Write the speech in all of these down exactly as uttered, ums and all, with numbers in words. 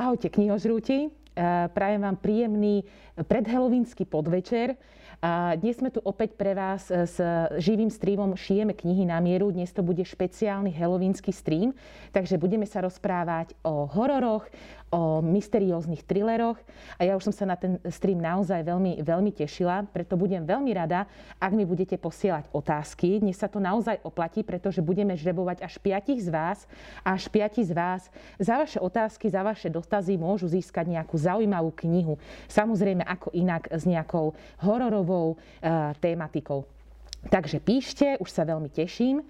Ahojte knihožrúti, prajem vám príjemný predhelovínsky podvečer. Dnes sme tu opäť pre vás s živým streamom Šijeme knihy na mieru. Dnes to bude špeciálny helovínsky stream, takže budeme sa rozprávať o hororoch, o mysterióznych thrilleroch a ja už som sa na ten stream naozaj veľmi, veľmi tešila, preto budem veľmi rada, ak mi budete posielať otázky. Dnes sa to naozaj oplatí, pretože budeme žrebovať až piatich z vás a až piati z vás za vaše otázky, za vaše dotazy môžu získať nejakú zaujímavú knihu. Samozrejme ako inak s nejakou hororovou uh, tématikou. Takže píšte, už sa veľmi teším.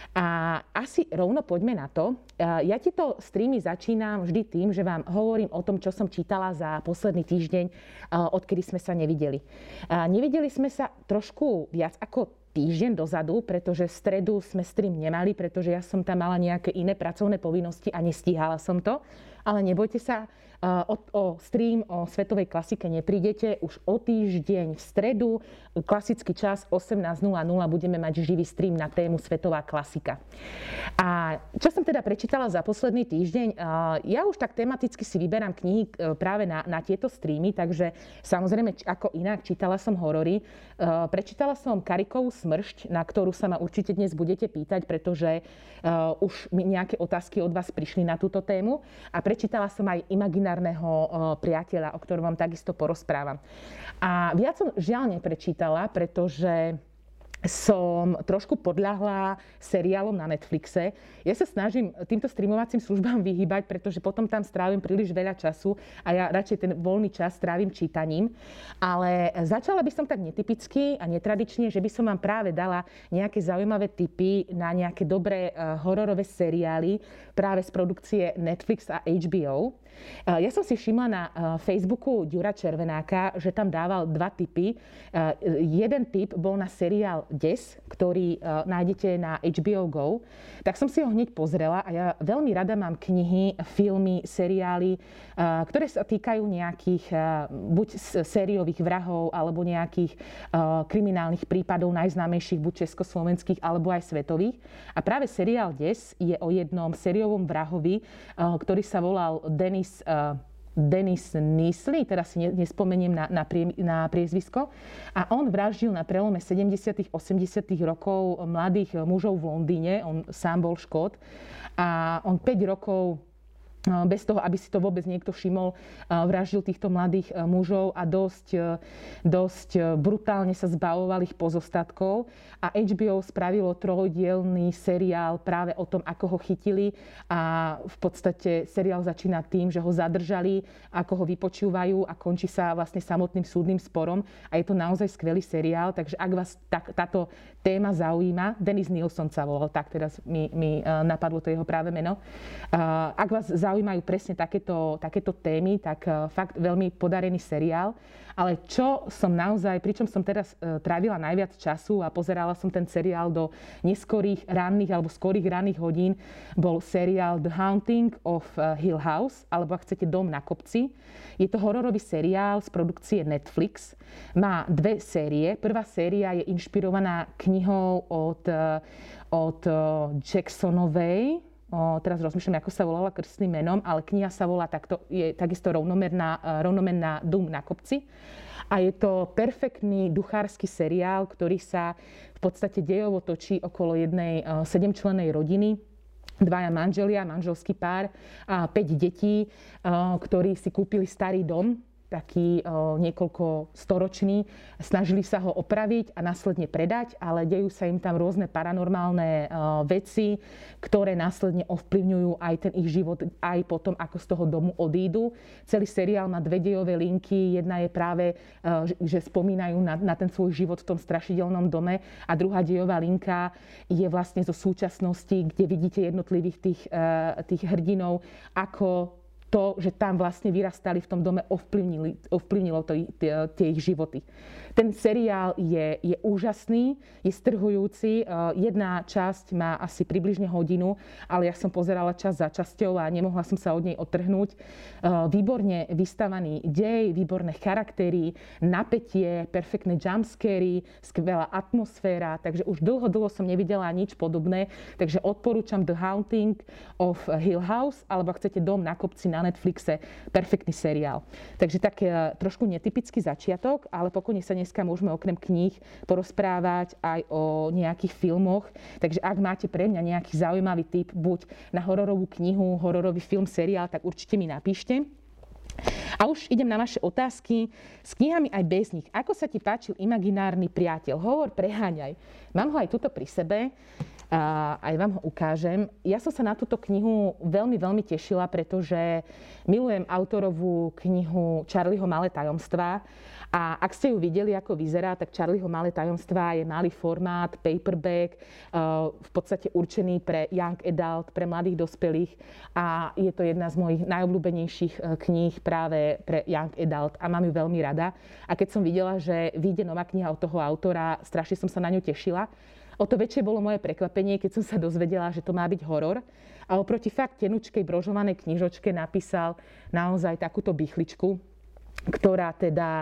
A asi rovno poďme na to. Ja tieto streamy začínam vždy tým, že vám hovorím o tom, čo som čítala za posledný týždeň, odkedy sme sa nevideli. Nevideli sme sa trošku viac ako týždeň dozadu, pretože v stredu sme stream nemali, pretože ja som tam mala nejaké iné pracovné povinnosti a nestíhala som to. Ale nebojte sa, o, o stream o svetovej klasike neprídete. Už o týždeň v stredu, klasický čas osemnásť nula nula, budeme mať živý stream na tému svetová klasika. A čo som teda prečítala za posledný týždeň? Ja už tak tematicky si vyberám knihy práve na, na tieto streamy, takže samozrejme ako inak čítala som horory. Prečítala som Karikovú smršť, na ktorú sa ma určite dnes budete pýtať, pretože už mi nejaké otázky od vás prišli na túto tému. A prečítala som aj Imaginárneho priateľa, o ktorom vám takisto porozprávam. A viac som žiaľ neprečítala, pretože som trošku podľahla seriálom na Netflixe. Ja sa snažím týmto streamovacím službám vyhýbať, pretože potom tam strávim príliš veľa času a ja radšej ten voľný čas strávim čítaním. Ale začala by som tak netypicky a netradične, že by som vám práve dala nejaké zaujímavé tipy na nejaké dobré hororové seriály práve z produkcie Netflix a há bé ó. Ja som si všimla na Facebooku Ďura Červenáka, že tam dával dva tipy. Jeden tip bol na seriál Des, ktorý nájdete na há bé ó Go. Tak som si ho hneď pozrela a ja veľmi rada mám knihy, filmy, seriály, ktoré sa týkajú nejakých buď sériových vrahov alebo nejakých kriminálnych prípadov najznámejších buď československých alebo aj svetových. A práve seriál Des je o jednom sériovom vrahovi, ktorý sa volal Denis Denis Neasley, teraz si nespomeniem na, na, prie, na priezvisko. A on vraždil na prelome sedemdesiatych osemdesiatych rokov mladých mužov v Londýne. On sám bol Škót. A on päť rokov bez toho, aby si to vôbec niekto všimol, vraždil týchto mladých mužov a dosť, dosť brutálne sa zbavoval ich pozostatkov. A há bé ó spravilo trojdielny seriál práve o tom, ako ho chytili. A v podstate seriál začína tým, že ho zadržali, ako ho vypočúvajú a končí sa vlastne samotným súdnym sporom. A je to naozaj skvelý seriál, takže ak vás tak, táto téma zaujíma, Denis Nilsson sa volal, tak teraz mi, mi napadlo to jeho práve meno. Ak vás zaujímajú presne takéto, takéto témy, tak fakt veľmi podarený seriál. Ale čo som naozaj, pričom som teraz trávila najviac času a pozerala som ten seriál do neskorých ranných alebo skorých ranných hodín, bol seriál The Haunting of Hill House, alebo ak chcete Dom na kopci. Je to hororový seriál z produkcie Netflix. Má dve série. Prvá séria je inšpirovaná knihou od, od Jacksonovej. O, teraz rozmýšľam, ako sa volala krstným menom, ale kniha sa volá takto, je takisto rovnomerná, rovnomenná Dom na kopci. A je to perfektný duchársky seriál, ktorý sa v podstate dejovo točí okolo jednej sedemčlennej rodiny. Dvaja manželia, manželský pár a päť detí, ktorí si kúpili starý dom, taký o, niekoľko storočný, snažili sa ho opraviť a následne predať, ale dejú sa im tam rôzne paranormálne o, veci, ktoré následne ovplyvňujú aj ten ich život, aj potom, ako z toho domu odídu. Celý seriál má dve dejové linky. Jedna je práve, o, že spomínajú na, na ten svoj život v tom strašidelnom dome a druhá dejová linka je vlastne zo súčasnosti, kde vidíte jednotlivých tých, o, tých hrdinov, ako to, že tam vlastne vyrastali v tom dome, ovplyvnilo to, tie, tie ich životy. Ten seriál je, je úžasný, je strhujúci. Jedna časť má asi približne hodinu, ale ja som pozerala časť za časťou a nemohla som sa od nej odtrhnúť. Výborne vystavaný dej, výborné charaktery, napätie, perfektné jumpscary, skvelá atmosféra, takže už dlho, dlho som nevidela nič podobné. Takže odporúčam The Haunting of Hill House, alebo ak chcete Dom na kopci, na Netflixe, perfektný seriál. Takže tak trošku netypický začiatok, ale pokojne sa dneska môžeme okrem kníh porozprávať aj o nejakých filmoch. Takže ak máte pre mňa nejaký zaujímavý tip, buď na hororovú knihu, hororový film, seriál, tak určite mi napíšte. A už idem na vaše otázky. S knihami aj bez nich. Ako sa ti páčil Imaginárny priateľ? Hovor, preháňaj. Mám ho aj tuto pri sebe. A aj vám ho ukážem. Ja som sa na túto knihu veľmi, veľmi tešila, pretože milujem autorovú knihu Charlieho Malé tajomstvá. A ak ste ju videli, ako vyzerá, tak Charlieho Malé tajomstvá je malý formát, paperback, v podstate určený pre young adult, pre mladých dospelých. A je to jedna z mojich najobľúbenejších kníh práve pre young adult a mám ju veľmi rada. A keď som videla, že vyjde nová kniha od toho autora, strašne som sa na ňu tešila. O to väčšie bolo moje prekvapenie, keď som sa dozvedela, že to má byť horor. A oproti fakt tenučkej brožovanej knižočke napísal naozaj takúto bichličku, ktorá teda,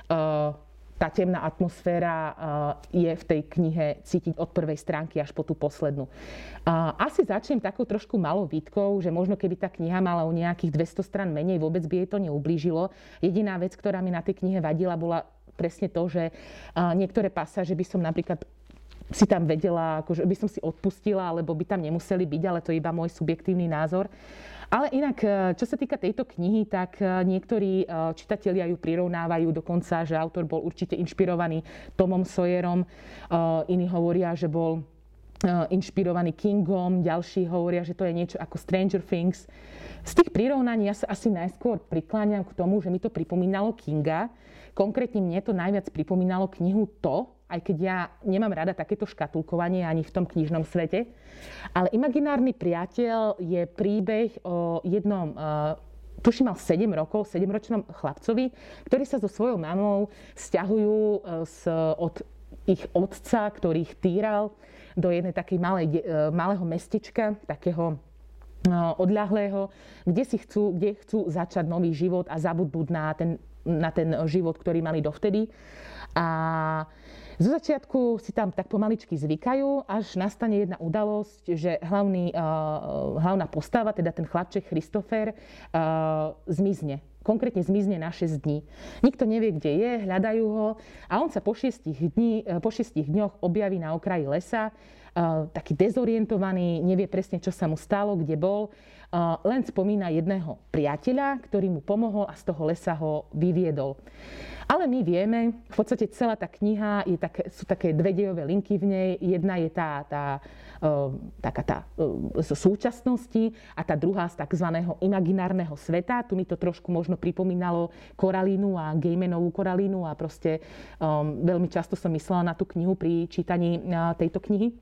tá temná atmosféra je v tej knihe cítiť od prvej stránky až po tú poslednú. Asi začnem takou trošku malou výtkou, že možno keby tá kniha mala o nejakých dvesto strán menej, vôbec by jej to neublížilo. Jediná vec, ktorá mi na tej knihe vadila, bola presne to, že niektoré pasáže by som napríklad si tam vedela, akože by som si odpustila, alebo by tam nemuseli byť, ale to je iba môj subjektívny názor. Ale inak, čo sa týka tejto knihy, tak niektorí čitatelia ju prirovnávajú dokonca, že autor bol určite inšpirovaný Tomom Sawyerom, iní hovoria, že bol inšpirovaný Kingom, ďalší hovoria, že to je niečo ako Stranger Things. Z tých prirovnaní ja sa asi najskôr prikláňam k tomu, že mi to pripomínalo Kinga. Konkrétne mne to najviac pripomínalo knihu To, aj keď ja nemám rada takéto škatulkovanie ani v tom knižnom svete. Ale Imaginárny priateľ je príbeh o jednom, uh, tuším mal sedem rokov, sedemročnom chlapcovi, ktorý sa so svojou mamou sťahujú uh, z, od ich otca, ktorý ich týral, do jednej takej malej, uh, malého mestečka, takého uh, odľahlého, kde si chcú, kde chcú začať nový život a zabudnúť na ten, na ten život, ktorý mali dovtedy. A zo začiatku si tam tak pomaličky zvykajú, až nastane jedna udalosť, že hlavný, uh, hlavná postava, teda ten chlapček Christopher, uh, zmizne. Konkrétne zmizne na šesť dní. Nikto nevie, kde je, hľadajú ho a on sa po šiestich, dní, po šiestich dňoch objaví na okraji lesa, uh, taký dezorientovaný, nevie presne, čo sa mu stalo, kde bol. Uh, len spomína jedného priateľa, ktorý mu pomohol a z toho lesa ho vyviedol. Ale my vieme, v podstate celá tá kniha, je také, sú také dve dejové linky v nej. Jedna je tá, tá, uh, taká tá uh, z súčasnosti a tá druhá z takzvaného imaginárneho sveta. Tu mi to trošku možno pripomínalo Koralínu a Gaimanovú Koralínu a proste um, veľmi často som myslela na tú knihu pri čítaní uh, tejto knihy.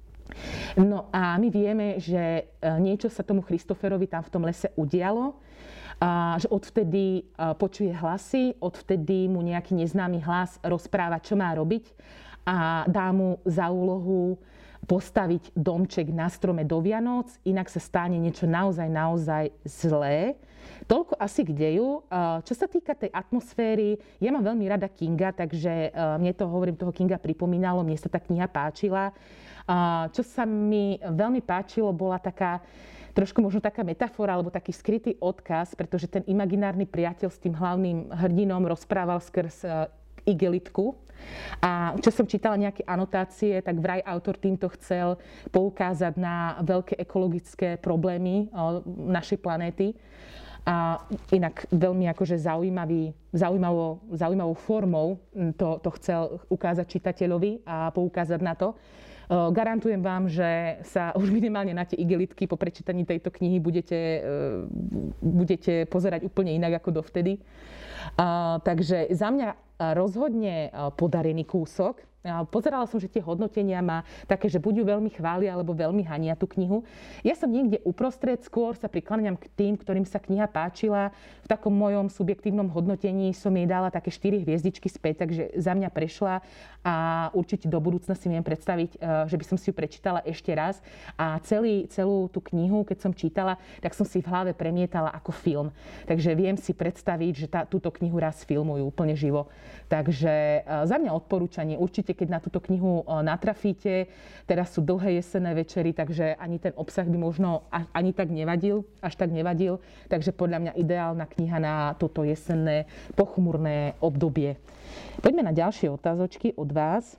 No a my vieme, že niečo sa tomu Christopherovi tam v tom lese udialo, a že odvtedy počuje hlasy, odvtedy mu nejaký neznámy hlas rozpráva, čo má robiť a dá mu za úlohu postaviť domček na strome do Vianoc, inak sa stane niečo naozaj, naozaj zlé. Toľko asi k deju. Čo sa týka tej atmosféry, ja mám veľmi rada Kinga, takže mne to, hovorím, toho Kinga pripomínalo, mne sa tá kniha páčila. Čo sa mi veľmi páčilo, bola taká, trošku možno taká metafora, alebo taký skrytý odkaz, pretože ten imaginárny priateľ s tým hlavným hrdinom rozprával skrz igelitku. A čo som čítala nejaké anotácie, tak vraj autor týmto chcel poukázať na veľké ekologické problémy našej planéty. A inak veľmi akože zaujímavý, zaujímavou, zaujímavou formou to, to chcel ukázať čitateľovi a poukázať na to. Garantujem vám, že sa už minimálne na tie igelitky po prečítaní tejto knihy budete, budete pozerať úplne inak ako dovtedy. Takže za mňa rozhodne podarený kúsok. Pozerala som, že tie hodnotenia má také, že buď ju veľmi chvália, alebo veľmi hania tú knihu. Ja som niekde uprostred, skôr sa prikláňam k tým, ktorým sa kniha páčila. V takom mojom subjektívnom hodnotení som jej dala také štyri hviezdičky späť, takže za mňa prešla a určite do budúcna si viem predstaviť, že by som si ju prečítala ešte raz. A celý, celú tú knihu, keď som čítala, tak som si v hlave premietala ako film. Takže viem si predstaviť, že tá, túto knihu raz filmujú úplne živo. Takže za mňa odporúčanie určite určite, keď na túto knihu natrafíte. Teraz sú dlhé jesenné večery, takže ani ten obsah by možno ani tak nevadil, až tak nevadil. Takže podľa mňa ideálna kniha na toto jesenné pochmurné obdobie. Poďme na ďalšie otázočky od vás.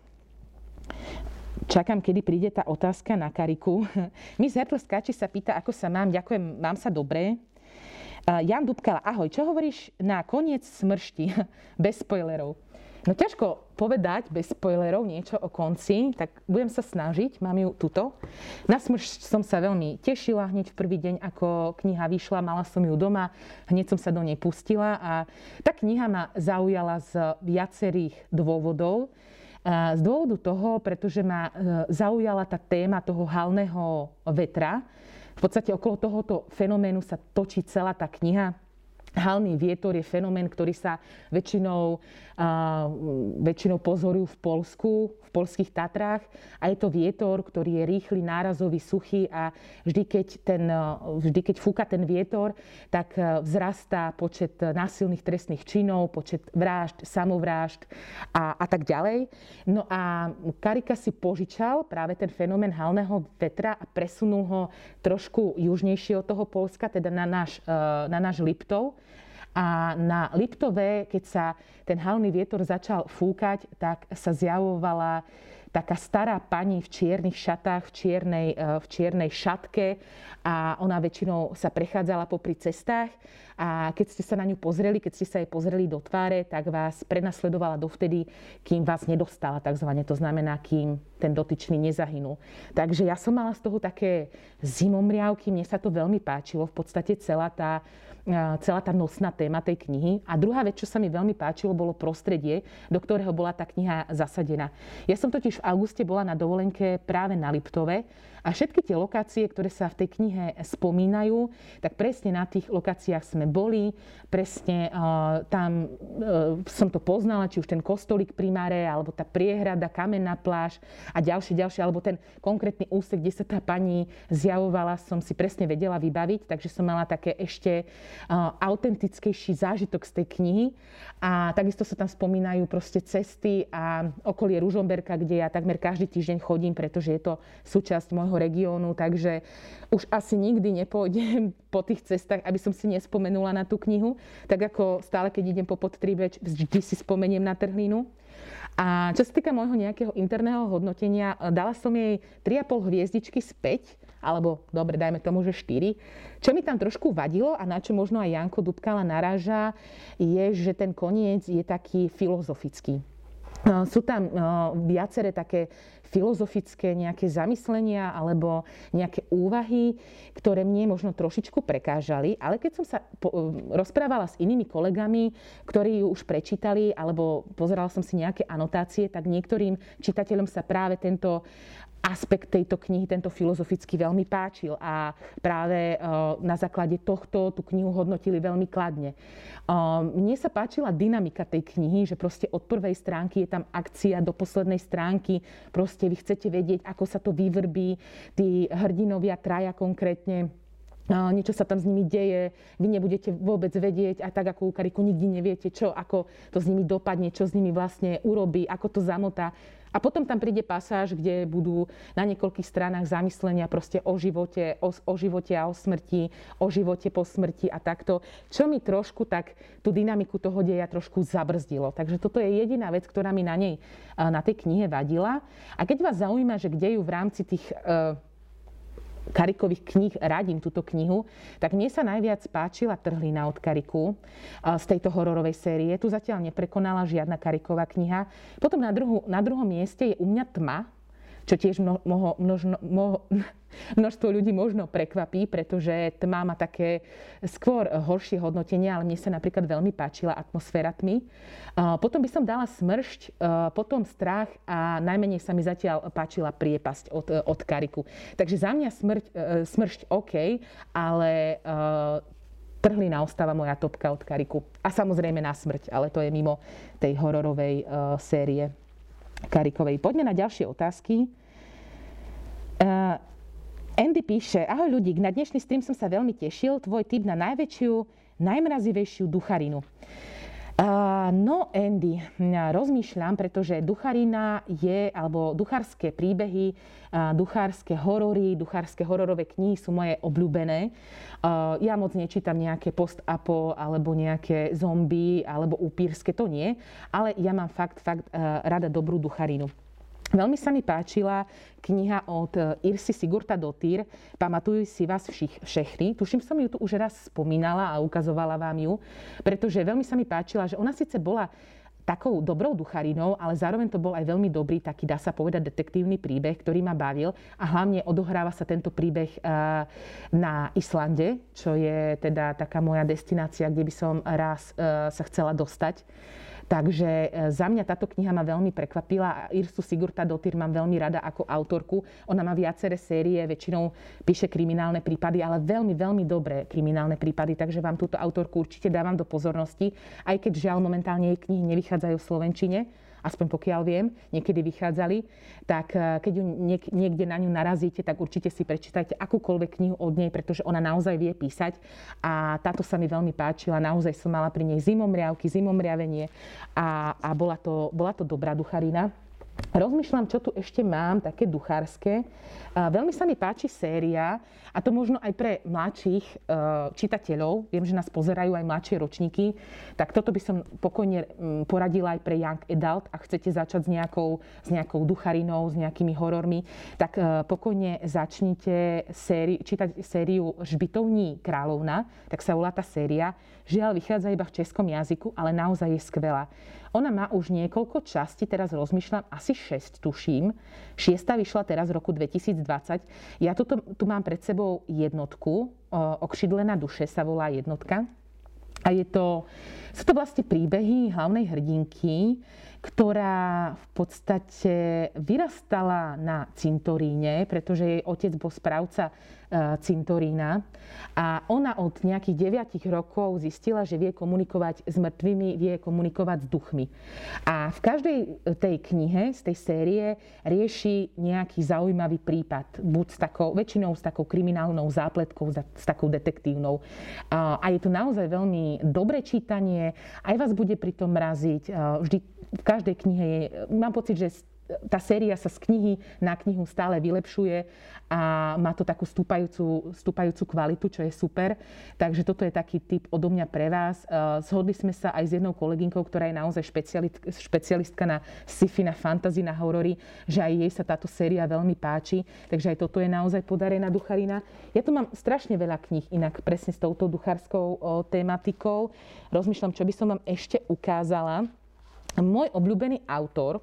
Čakám, kedy príde tá otázka na Kariku. Miss Hertl Skáči sa pýta, ako sa mám. Ďakujem, mám sa dobre. Jan Dubkala, ahoj, čo hovoríš na koniec smršti? Bez spoilerov. No ťažko povedať bez spoilerov niečo o konci, tak budem sa snažiť, mám ju tuto. Na smršť som sa veľmi tešila hneď v prvý deň, ako kniha vyšla, mala som ju doma, hneď som sa do nej pustila a tá kniha ma zaujala z viacerých dôvodov. Z dôvodu toho, pretože ma zaujala tá téma toho halného vetra. V podstate okolo tohoto fenoménu sa točí celá tá kniha. Halný vietor je fenomén, ktorý sa väčšinou, uh, väčšinou pozorujú v Poľsku, v poľských Tatrách. A je to vietor, ktorý je rýchly, nárazový, suchý a vždy keď, ten, vždy, keď fúka ten vietor, tak vzrastá počet násilných trestných činov, počet vražd, samovrážd a, a tak ďalej. No a Karika si požičal práve ten fenomén halného vetra a presunul ho trošku južnejšie od toho Poľska, teda na náš, na náš Liptov. A na Liptove, keď sa ten halný vietor začal fúkať, tak sa zjavovala taká stará pani v čiernych šatách, v čiernej, v čiernej šatke a ona väčšinou sa prechádzala popri cestách a keď ste sa na ňu pozreli, keď ste sa jej pozreli do tváre, tak vás prenasledovala dovtedy, kým vás nedostala, takzvané. To znamená, kým ten dotyčný nezahynul. Takže ja som mala z toho také zimomriavky, mne sa to veľmi páčilo, v podstate celá tá celá tá nosná téma tej knihy. A druhá vec, čo sa mi veľmi páčilo, bolo prostredie, do ktorého bola tá kniha zasadená. Ja som totiž v auguste bola na dovolenke práve na Liptove a všetky tie lokácie, ktoré sa v tej knihe spomínajú, tak presne na tých lokáciách sme boli, presne uh, tam uh, som to poznala, či už ten kostolík pri Mare, alebo tá priehrada, kamenná pláž a ďalšie, ďalšie, alebo ten konkrétny úsek, kde sa tá pani zjavovala, som si presne vedela vybaviť, takže som mala také ešte autentickejší zážitok z tej knihy. A takisto sa tam spomínajú proste cesty a okolie Ružomberka, kde ja takmer každý týždeň chodím, pretože je to súčasť môjho regiónu, takže už asi nikdy nepôjdem po tých cestách, aby som si nespomenula na tú knihu. Tak ako stále, keď idem po Podtríbeč, vždy si spomeniem na trhlinu. A čo sa týka môjho nejakého interného hodnotenia, dala som jej tri a pol hviezdičky späť, alebo dobre, dajme tomu, že štyri. Čo mi tam trošku vadilo a na čo možno aj Janko Dubkala naráža, je, že ten koniec je taký filozofický. Sú tam viaceré také filozofické nejaké zamyslenia alebo nejaké úvahy, ktoré mne možno trošičku prekážali, ale keď som sa po, rozprávala s inými kolegami, ktorí ju už prečítali alebo pozerala som si nejaké anotácie, tak niektorým čitateľom sa práve tento aspekt tejto knihy, tento filozoficky veľmi páčil a práve na základe tohto tú knihu hodnotili veľmi kladne. Mne sa páčila dynamika tej knihy, že proste od prvej stránky je tam akcia do poslednej stránky, proste vy chcete vedieť, ako sa to vyvrbí, tí hrdinovia traja konkrétne, niečo sa tam s nimi deje, vy nebudete vôbec vedieť a tak ako u Kariku nikdy neviete, čo, ako to s nimi dopadne, čo s nimi vlastne urobí, ako to zamotá. A potom tam príde pasáž, kde budú na niekoľkých stranách zamyslenia proste o živote, o, o živote a o smrti, o živote po smrti a takto. Čo mi trošku tak tú dynamiku toho deja trošku zabrzdilo. Takže toto je jediná vec, ktorá mi na nej, na tej knihe vadila. A keď vás zaujíma, že kde ju v rámci tých uh, Karikových kníh radím túto knihu, tak mne sa najviac páčila Trhlina od Kariku z tejto hororovej série. Tu zatiaľ neprekonala žiadna Kariková kniha. Potom na, druhu, na druhom mieste je u mňa Tma, čo tiež mno, mnoho, množno, mnoho, množstvo ľudí možno prekvapí, pretože Tma má také skôr horšie hodnotenie, ale mne sa napríklad veľmi páčila atmosféra Tmy. Potom by som dala Smršť, potom Strach a najmenej sa mi zatiaľ páčila Priepasť od, od Kariku. Takže za mňa smrť, Smršť OK, ale Trhlina ostáva moja topka od Kariku. A samozrejme Na smrť, ale to je mimo tej hororovej série Karikovej. Poďme na ďalšie otázky. Uh, Andy píše, ahoj ľudík, na dnešný stream som sa veľmi tešil, tvoj tip na najväčšiu, najmrazivejšiu ducharinu. Uh, no, Andy, rozmýšľam, pretože ducharina je, alebo duchárske príbehy, uh, duchárske horory, duchárske hororové knihy sú moje obľúbené. Uh, ja moc nečítam nejaké post-apo, alebo nejaké zombie, alebo upírske, to nie. Ale ja mám fakt, fakt uh, rada dobrú ducharinu. Veľmi sa mi páčila kniha od Irsy Sigurðardóttir Pamatuj si vás všich, všechny. Tuším, som ju tu už raz spomínala a ukazovala vám ju, pretože veľmi sa mi páčila, že ona síce bola takou dobrou ducharinou, ale zároveň to bol aj veľmi dobrý, taký dá sa povedať detektívny príbeh, ktorý ma bavil a hlavne odohráva sa tento príbeh na Islande, čo je teda taká moja destinácia, kde by som raz sa chcela dostať. Takže za mňa táto kniha ma veľmi prekvapila a Irsu Sigurðardóttir mám veľmi rada ako autorku. Ona má viaceré série, väčšinou píše kriminálne prípady, ale veľmi, veľmi dobré kriminálne prípady, takže vám túto autorku určite dávam do pozornosti, aj keď žiaľ momentálne jej knihy nevychádzajú v slovenčine, aspoň pokiaľ viem, niekedy vychádzali, tak keď ju niek- niekde na ňu narazíte, tak určite si prečítajte akúkoľvek knihu od nej, pretože ona naozaj vie písať a táto sa mi veľmi páčila, naozaj som mala pri nej zimomriavky, zimomriavenie a, a bola, to, bola to dobrá ducharina. Rozmýšľam, čo tu ešte mám, také duchárske. Veľmi sa mi páči séria, a to možno aj pre mladších čitateľov, viem, že nás pozerajú aj mladšie ročníky, tak toto by som pokojne poradila aj pre young adult, ak chcete začať s nejakou, s nejakou ducharinou, s nejakými horormi, tak pokojne začnite séri, čítať sériu Žbitovní kráľovna, tak sa volá tá séria. Žiaľ, vychádza iba v českom jazyku, ale naozaj je skvelá. Ona má už niekoľko častí, teraz rozmýšľam, asi šesť tuším. Šiesta vyšla teraz v roku dvetisícdvadsať. Ja tuto, tu mám pred sebou jednotku, Okšidlená duše sa volá jednotka. A je to, sú to vlastne príbehy hlavnej hrdinky, ktorá v podstate vyrastala na cintoríne, pretože jej otec bol správca cintorína a ona od nejakých deviatich rokov zistila, že vie komunikovať s mŕtvými, vie komunikovať s duchmi. A v každej tej knihe, z tej série, rieši nejaký zaujímavý prípad. Buď s takou, väčšinou s takou kriminálnou zápletkou, s takou detektívnou. A je to naozaj veľmi dobré čítanie, aj vás bude pri tom mraziť. Vždy v každej knihe je, mám pocit, že tá séria sa z knihy na knihu stále vylepšuje a má to takú stúpajúcu, stúpajúcu kvalitu, čo je super. Takže toto je taký tip odo mňa pre vás. Zhodli sme sa aj s jednou kolegynkou, ktorá je naozaj špecialistka na sci-fi, na fantasy, na horory, že aj jej sa táto séria veľmi páči. Takže aj toto je naozaj podarená ducharina. Ja tu mám strašne veľa kníh inak presne s touto duchárskou tematikou. Rozmýšľam, čo by som vám ešte ukázala. Môj obľúbený autor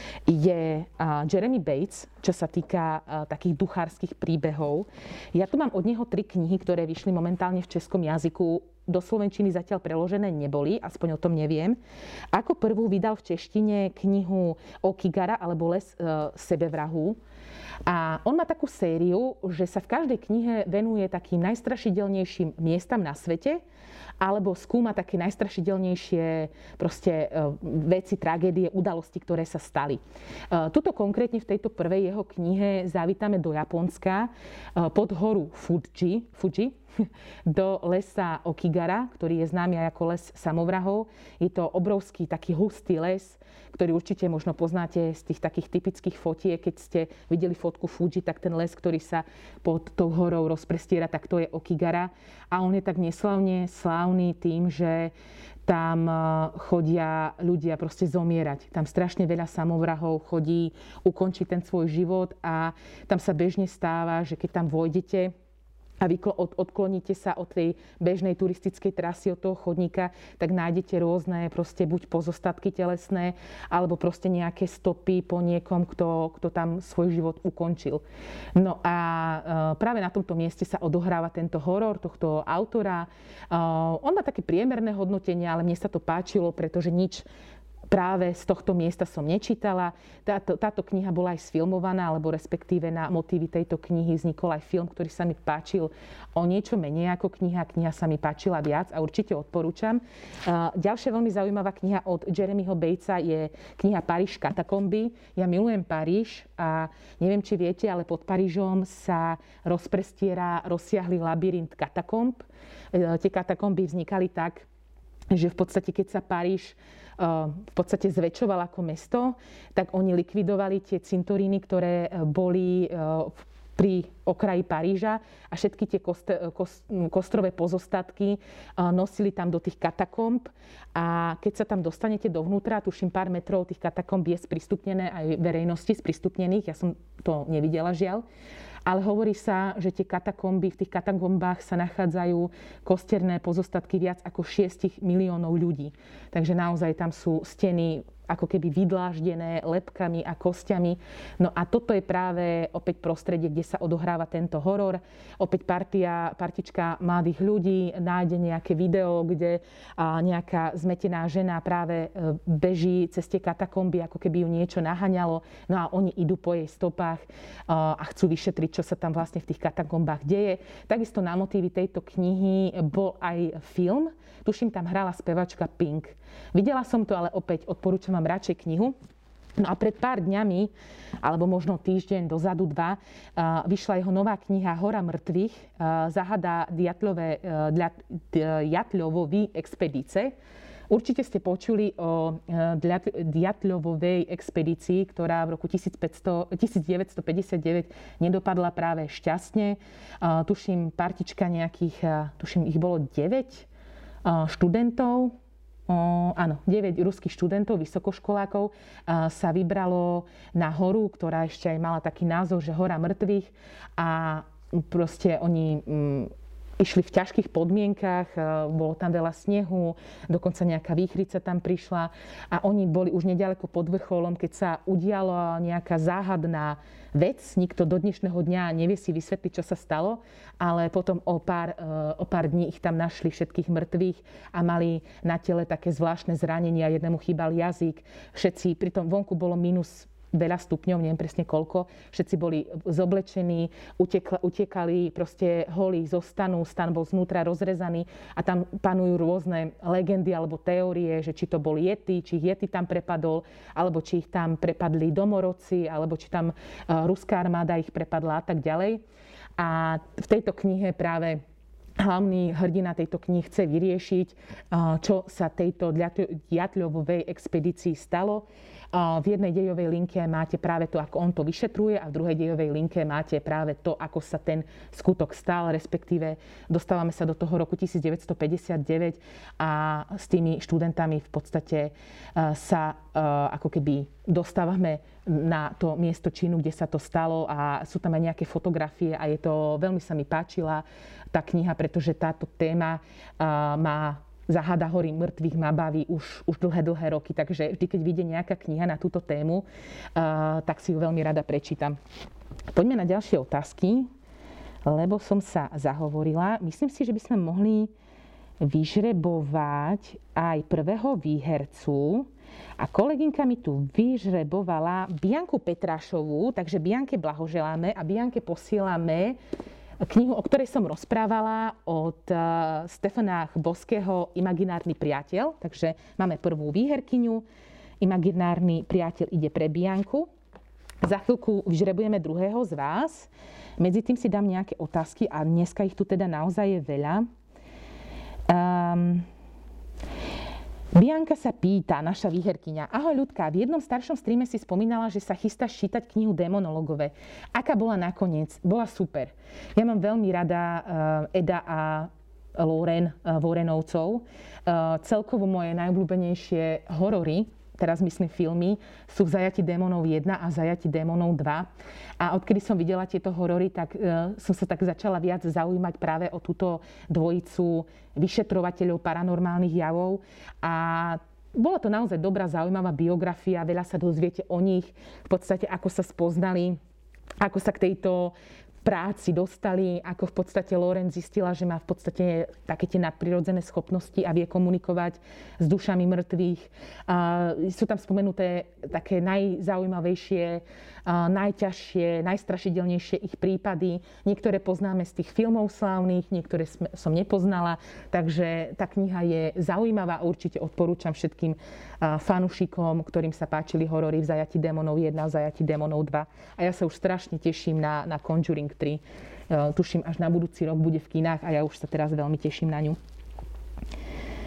je Jeremy Bates, čo sa týka takých duchárskych príbehov. Ja tu mám od neho tri knihy, ktoré vyšli momentálne v českom jazyku. Do slovenčiny zatiaľ preložené neboli, aspoň o tom neviem. Ako prvú vydal v češtine knihu Okigara, alebo Les sebevrahu. A on má takú sériu, že sa v každej knihe venuje takým najstrašidelnejším miestam na svete, alebo skúma také najstrašidelnejšie proste veci, tragédie, udalosti, ktoré sa stali. Tuto konkrétne v tejto prvej jeho knihe zavítame do Japonska pod horu Fuji, Fuji do lesa Okigara, ktorý je známy aj ako les samovrahov. Je to obrovský taký hustý les, ktorý určite možno poznáte z tých takých typických fotiek. Keď ste videli fotku Fuji, tak ten les, ktorý sa pod tou horou rozprestiera, tak to je Okigara. A on je tak neslavne slávny tým, že tam chodia ľudia proste zomierať. Tam strašne veľa samovrahov chodí ukončiť ten svoj život a tam sa bežne stáva, že keď tam vojdete a vy odkloníte sa od tej bežnej turistickej trasy, od toho chodníka, tak nájdete rôzne proste buď pozostatky telesné, alebo proste nejaké stopy po niekom, kto, kto tam svoj život ukončil. No a práve na tomto mieste sa odohráva tento horor tohto autora. On má také priemerné hodnotenie, ale mne sa to páčilo, pretože nič práve z tohto miesta som nečítala. Táto, táto kniha bola aj sfilmovaná, alebo respektíve na motívy tejto knihy vznikol aj film, ktorý sa mi páčil o niečo menej ako kniha. Kniha sa mi páčila viac a určite odporúčam. Ďalšia veľmi zaujímavá kniha od Jeremyho Batesa je kniha Paríž katakomby. Ja milujem Paríž a neviem, či viete, ale pod Parížom sa rozprestiera rozsiahly labyrint katakomb. Tie katakomby vznikali tak, že v podstate, keď sa Paríž v podstate zväčšoval ako mesto, tak oni likvidovali tie cintoríny, ktoré boli pri okraji Paríža a všetky tie kost, kost, kostrové pozostatky nosili tam do tých katakomb a keď sa tam dostanete dovnútra, tuším pár metrov tých katakomb je sprístupnené aj verejnosti, sprístupnených, ja som to nevidela žiaľ, ale hovorí sa, že tie katakomby, v tých katakombách sa nachádzajú kosterné pozostatky viac ako šesť miliónov ľudí. Takže naozaj tam sú steny ako keby vydláždené lebkami a kostiami. No a toto je práve opäť prostredie, kde sa odohráva tento horor. Opäť partia, partička mladých ľudí nájde nejaké video, kde nejaká zmetená žena práve beží cez tie katakomby, ako keby ju niečo naháňalo. No a oni idú po jej stopách a chcú vyšetriť, čo sa tam vlastne v tých katakombách deje. Takisto na motívy tejto knihy bol aj film. Tuším, tam hrala spevačka Pink. Videla som to, ale opäť odporúčam vám radšej knihu. No a pred pár dňami, alebo možno týždeň dozadu dva, vyšla jeho nová kniha Hora mŕtvych, Záhada Djatlovovej expedice. Určite ste počuli o Djatlovovej expedícii, ktorá v roku devätnásťstopäťdesiatdeväť nedopadla práve šťastne. Tuším, partička nejakých, tuším, ich bolo deväť študentov, áno, deväť ruských študentov, vysokoškolákov sa vybralo na horu, ktorá ešte aj mala taký názov, že Hora mŕtvych a proste oni išli v ťažkých podmienkach, bolo tam veľa snehu, dokonca nejaká výchrica tam prišla a oni boli už neďaleko pod vrcholom, keď sa udiala nejaká záhadná vec. Nikto do dnešného dňa nevie si vysvetliť, čo sa stalo, ale potom o pár, o pár dní ich tam našli všetkých mŕtvych a mali na tele také zvláštne zranenia. Jednému chýbal jazyk. Všetci, pritom vonku bolo minus veľa stupňov, neviem presne koľko. Všetci boli zoblečení, utekla, utekali, proste holí zo stanu, stan bol znútra rozrezaný a tam panujú rôzne legendy alebo teórie, že či to bol Yeti, či Yeti tam prepadol, alebo či ich tam prepadli domorodci, alebo či tam ruská armáda ich prepadla a tak ďalej. A v tejto knihe práve hlavný hrdina tejto knihy chce vyriešiť, čo sa tejto Djatlovovej expedícii stalo. V jednej dejovej linke máte práve to, ako on to vyšetruje a v druhej dejovej linke máte práve to, ako sa ten skutok stal, respektíve dostávame sa do toho roku devätnásťstopäťdesiatdeväť a s tými študentami v podstate sa ako keby dostávame na to miesto činu, kde sa to stalo a sú tam aj nejaké fotografie a je to, veľmi sa mi páčila tá kniha, pretože táto téma má Záhada hory mŕtvych ma baví už, už dlhé, dlhé roky, takže vždy, keď vyjde nejaká kniha na túto tému, uh, tak si ju veľmi rada prečítam. Poďme na ďalšie otázky, lebo som sa zahovorila. Myslím si, že by sme mohli vyžrebovať aj prvého výhercu. A kolegynka mi tu vyžrebovala Bianku Petrášovú, takže Bianke blahoželáme a Bianke posielame knihu, o ktorej som rozprávala od Stefana Boského Imaginárny priateľ. Takže máme prvú výherkyňu. Imaginárny priateľ ide pre Bianku. Za chvíľku vyžrebujeme druhého z vás. Medzi tým si dám nejaké otázky a dneska ich tu teda naozaj je veľa. Um, Bianka sa pýta, naša výherkyňa. Ahoj ľudka, v jednom staršom streame si spomínala, že sa chystáš čítať knihu Démonologové. Aká bola nakoniec? Bola super. Ja mám veľmi rada uh, Eda a Lauren uh, Warrenovcov. Uh, celkovo moje najobľúbenejšie horory, teraz myslím filmy, sú V zajati démonov jeden a V zajati démonov dva. A odkedy som videla tieto horory, tak uh, som sa tak začala viac zaujímať práve o túto dvojicu vyšetrovateľov paranormálnych javov. A bola to naozaj dobrá, zaujímavá biografia. Veľa sa dozviete o nich, v podstate ako sa spoznali, ako sa k tejto práci dostali, ako v podstate Lauren zistila, že má v podstate také tie nadprirodzené schopnosti a vie komunikovať s dušami mŕtvych. Sú tam spomenuté také najzaujímavejšie, najťažšie, najstrašidelnejšie ich prípady. Niektoré poznáme z tých filmov slávnych, niektoré som nepoznala, takže tá kniha je zaujímavá a určite odporúčam všetkým fanušikom, ktorým sa páčili horory V zajati démonov jeden a V zajati démonov dva. A ja sa už strašne teším na, na Conjuring tri. Tuším, až na budúci rok bude v kinách a ja už sa teraz veľmi teším na ňu.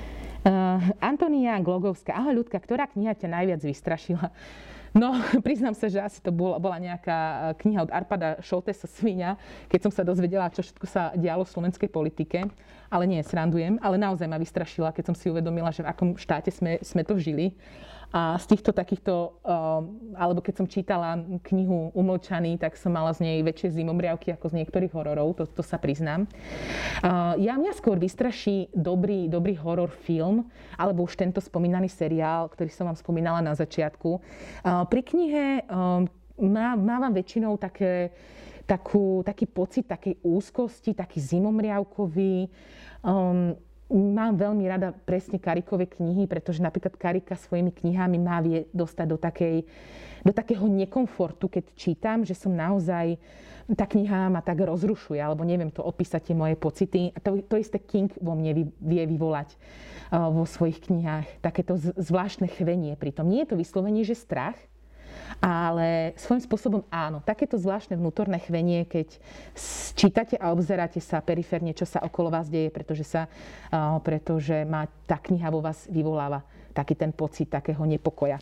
Uh, Antonia Glogovská. Ahoj ľudka, ktorá kniha ťa najviac vystrašila? No, priznám sa, že asi to bola, bola nejaká kniha od Arpada Šoltesa Sviňa, keď som sa dozvedela, čo všetko sa dialo v slovenskej politike. Ale nie, srandujem, ale naozaj ma vystrašila, keď som si uvedomila, že v akom štáte sme, sme to žili. A z týchto takýchto, alebo keď som čítala knihu Umlčaný, tak som mala z nej väčšie zimomriavky ako z niektorých hororov, to, to sa priznám. Ja mňa skôr vystraší dobrý, dobrý horor film, alebo už tento spomínaný seriál, ktorý som vám spomínala na začiatku. Pri knihe mávam väčšinou také, takú, taký pocit takej úzkosti, taký zimomriavkový. Um, Mám veľmi rada presne Karikové knihy, pretože napríklad Karika svojimi knihami má vie dostať do, takej, do takého nekomfortu, keď čítam, že som naozaj, tá kniha ma tak rozrušuje, alebo neviem to opísať tie moje pocity. A to, to isté King vo mne vie vyvolať uh, vo svojich knihách. Takéto zvláštne chvenie pritom. Nie je to vyslovene, že strach, ale svojím spôsobom áno. Takéto zvláštne vnútorné chvenie, keď čítate a obzeráte sa periférne, čo sa okolo vás deje, pretože, sa, uh, pretože má, tá kniha vo vás vyvoláva taký ten pocit takého nepokoja.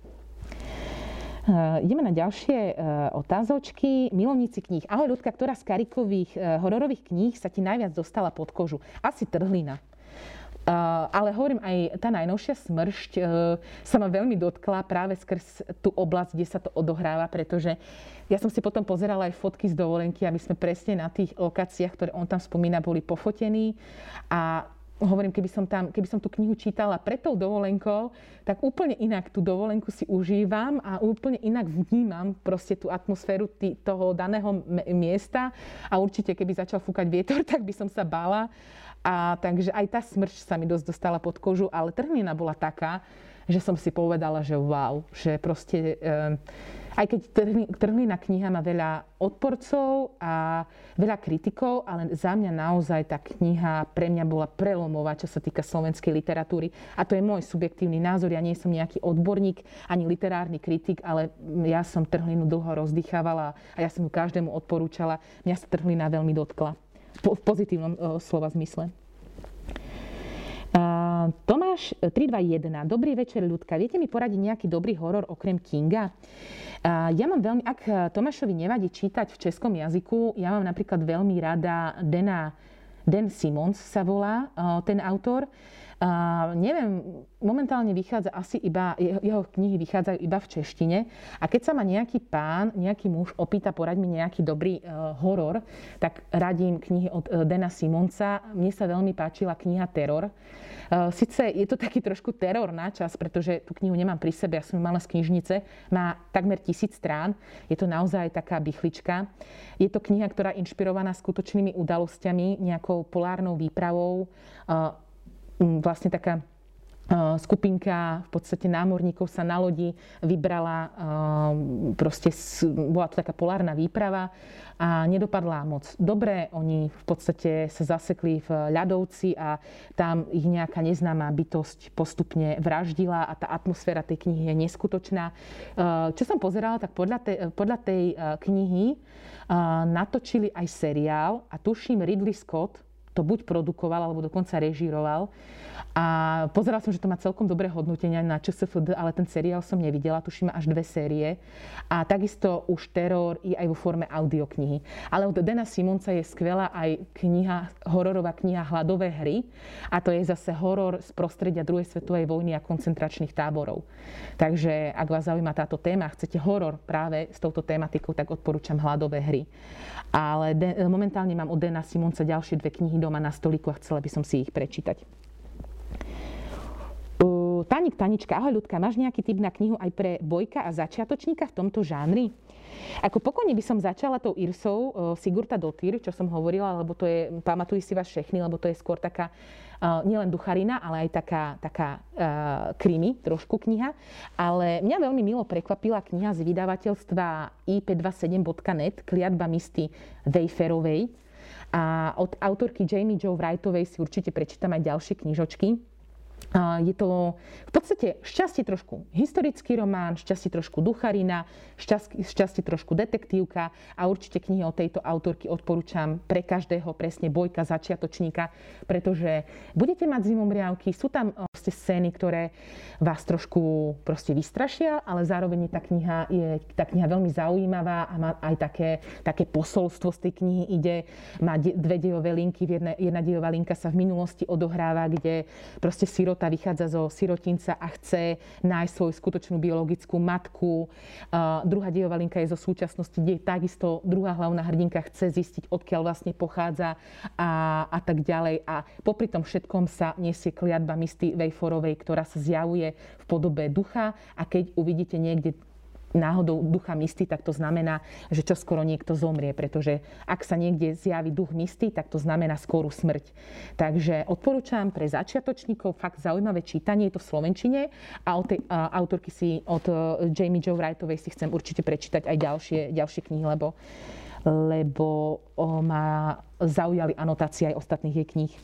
Uh, ideme na ďalšie uh, otázočky. Milovníci kníh. Ahoj ľudka, ktorá z Karikových uh, hororových kníh sa ti najviac dostala pod kožu? Asi Trhlina. Uh, ale hovorím, aj tá najnovšia Smršť uh, sa ma veľmi dotkla práve skrz tú oblasť, kde sa to odohráva, pretože ja som si potom pozerala aj fotky z dovolenky, aby sme presne na tých lokáciách, ktoré on tam spomína, boli pofotení. A hovorím, keby som, tam, keby som tú knihu čítala pred tou dovolenkou, tak úplne inak tú dovolenku si užívam a úplne inak vnímam proste tú atmosféru tý, toho daného miesta. A určite, keby začal fúkať vietor, tak by som sa bála. A takže aj tá Smršť sa mi dosť dostala pod kožu, ale Trhlina bola taká, že som si povedala, že wow, že proste, um, aj keď Trhlina kniha má veľa odporcov a veľa kritikov, ale za mňa naozaj tá kniha pre mňa bola prelomová, čo sa týka slovenskej literatúry. A to je môj subjektívny názor, ja nie som nejaký odborník, ani literárny kritik, ale ja som Trhlinu dlho rozdýchávala a ja som ju každému odporúčala. Mňa sa Trhlina veľmi dotkla. V pozitívnom uh, slova zmysle. Uh, Tomáš tri dva jeden. Dobrý večer, ľudka. Viete mi poradiť nejaký dobrý horor okrem Kinga? Uh, ja mám veľmi, ak Tomášovi nevadí čítať v českom jazyku, ja mám napríklad veľmi rada Dana, Dan Simmons sa volá uh, ten autor. Uh, neviem, momentálne vychádza asi iba, jeho, jeho knihy vychádzajú iba v češtine a keď sa ma nejaký pán, nejaký muž opýta, poraď mi nejaký dobrý uh, horor, tak radím knihy od uh, Dana Simmonsa. Mne sa veľmi páčila kniha Teror. Uh, Sice je to taký trošku teror na čas, pretože tú knihu nemám pri sebe, ja som ju mala z knižnice, má takmer tisíc strán, je to naozaj taká bychlička. Je to kniha, ktorá je inšpirovaná skutočnými udalosťami, nejakou polárnou výpravou, uh, vlastne taká skupinka v podstate námorníkov sa na lodi vybrala, proste bola to taká polárna výprava a nedopadla moc dobre. Oni v podstate sa zasekli v ľadovci a tam ich nejaká neznáma bytosť postupne vraždila a tá atmosféra tej knihy je neskutočná. Čo som pozerala, tak podľa tej, podľa tej knihy natočili aj seriál a tuším Ridley Scott to buď produkoval, alebo dokonca režíroval. A pozerala som, že to má celkom dobré hodnotenia na ČSFD, ale ten seriál som nevidela, tuším až dve série. A takisto už Teror je aj vo forme audioknihy. Ale od Dana Simmonsa je skvelá aj kniha, hororová kniha Hladové hry. A to je zase horor z prostredia druhej svetovej vojny a koncentračných táborov. Takže ak vás zaujíma táto téma, chcete horor práve s touto tematikou, tak odporúčam Hladové hry. Ale de- momentálne mám od Dana Simmonsa ďalšie dve knihy doma na stolíku a chcela by som si ich prečítať. Tanik, Tanička, ahoj ľudka, máš nejaký tip na knihu aj pre bojka a začiatočníka v tomto žánri? Ako pokojne by som začala tou Irsou Sigurta Dottir, čo som hovorila, lebo to je, pamatuj si vás všechny, lebo to je skôr taká uh, nielen ducharina, ale aj taká, taká uh, krimi, trošku kniha. Ale mňa veľmi milo prekvapila kniha z vydavateľstva í päť dva sedem bodka net, Kliatba Misty Wayfarovej. A od autorky Jamie Jo Wrightovej si určite prečítam aj ďalšie knižočky. Je to v podstate šťastie trošku historický román, šťastie trošku ducharina, šťastie, šťastie trošku detektívka a určite knihy od tejto autorky odporúčam pre každého, presne Bojka začiatočníka, pretože budete mať zimomriavky, sú tam proste scény, ktoré vás trošku proste vystrašia, ale zároveň tá kniha je tá kniha veľmi zaujímavá a má aj také, také posolstvo z tej knihy ide, má dve dejové linky, jedna, jedna dejová linka sa v minulosti odohráva, kde proste sirota vychádza zo sirotinca a chce nájsť svoju skutočnú biologickú matku. Uh, druhá dejová linka je zo súčasnosti, kde takisto druhá hlavná hrdinka chce zistiť, odkiaľ vlastne pochádza a, a tak ďalej. A popri tom všetkom sa nesie kliatba Misty Vejforovej, ktorá sa zjavuje v podobe ducha a keď uvidíte niekde náhodou ducha Misty, tak to znamená, že čoskoro niekto zomrie, pretože ak sa niekde zjaví duch Misty, tak to znamená skorú smrť. Takže odporúčam pre začiatočníkov fakt zaujímavé čítanie, je to v slovenčine a od tej a, autorky si, od uh, Jamie Jo Wrightovej si chcem určite prečítať aj ďalšie, ďalšie knihy, lebo, lebo o, ma zaujali anotácie aj ostatných jej kníh.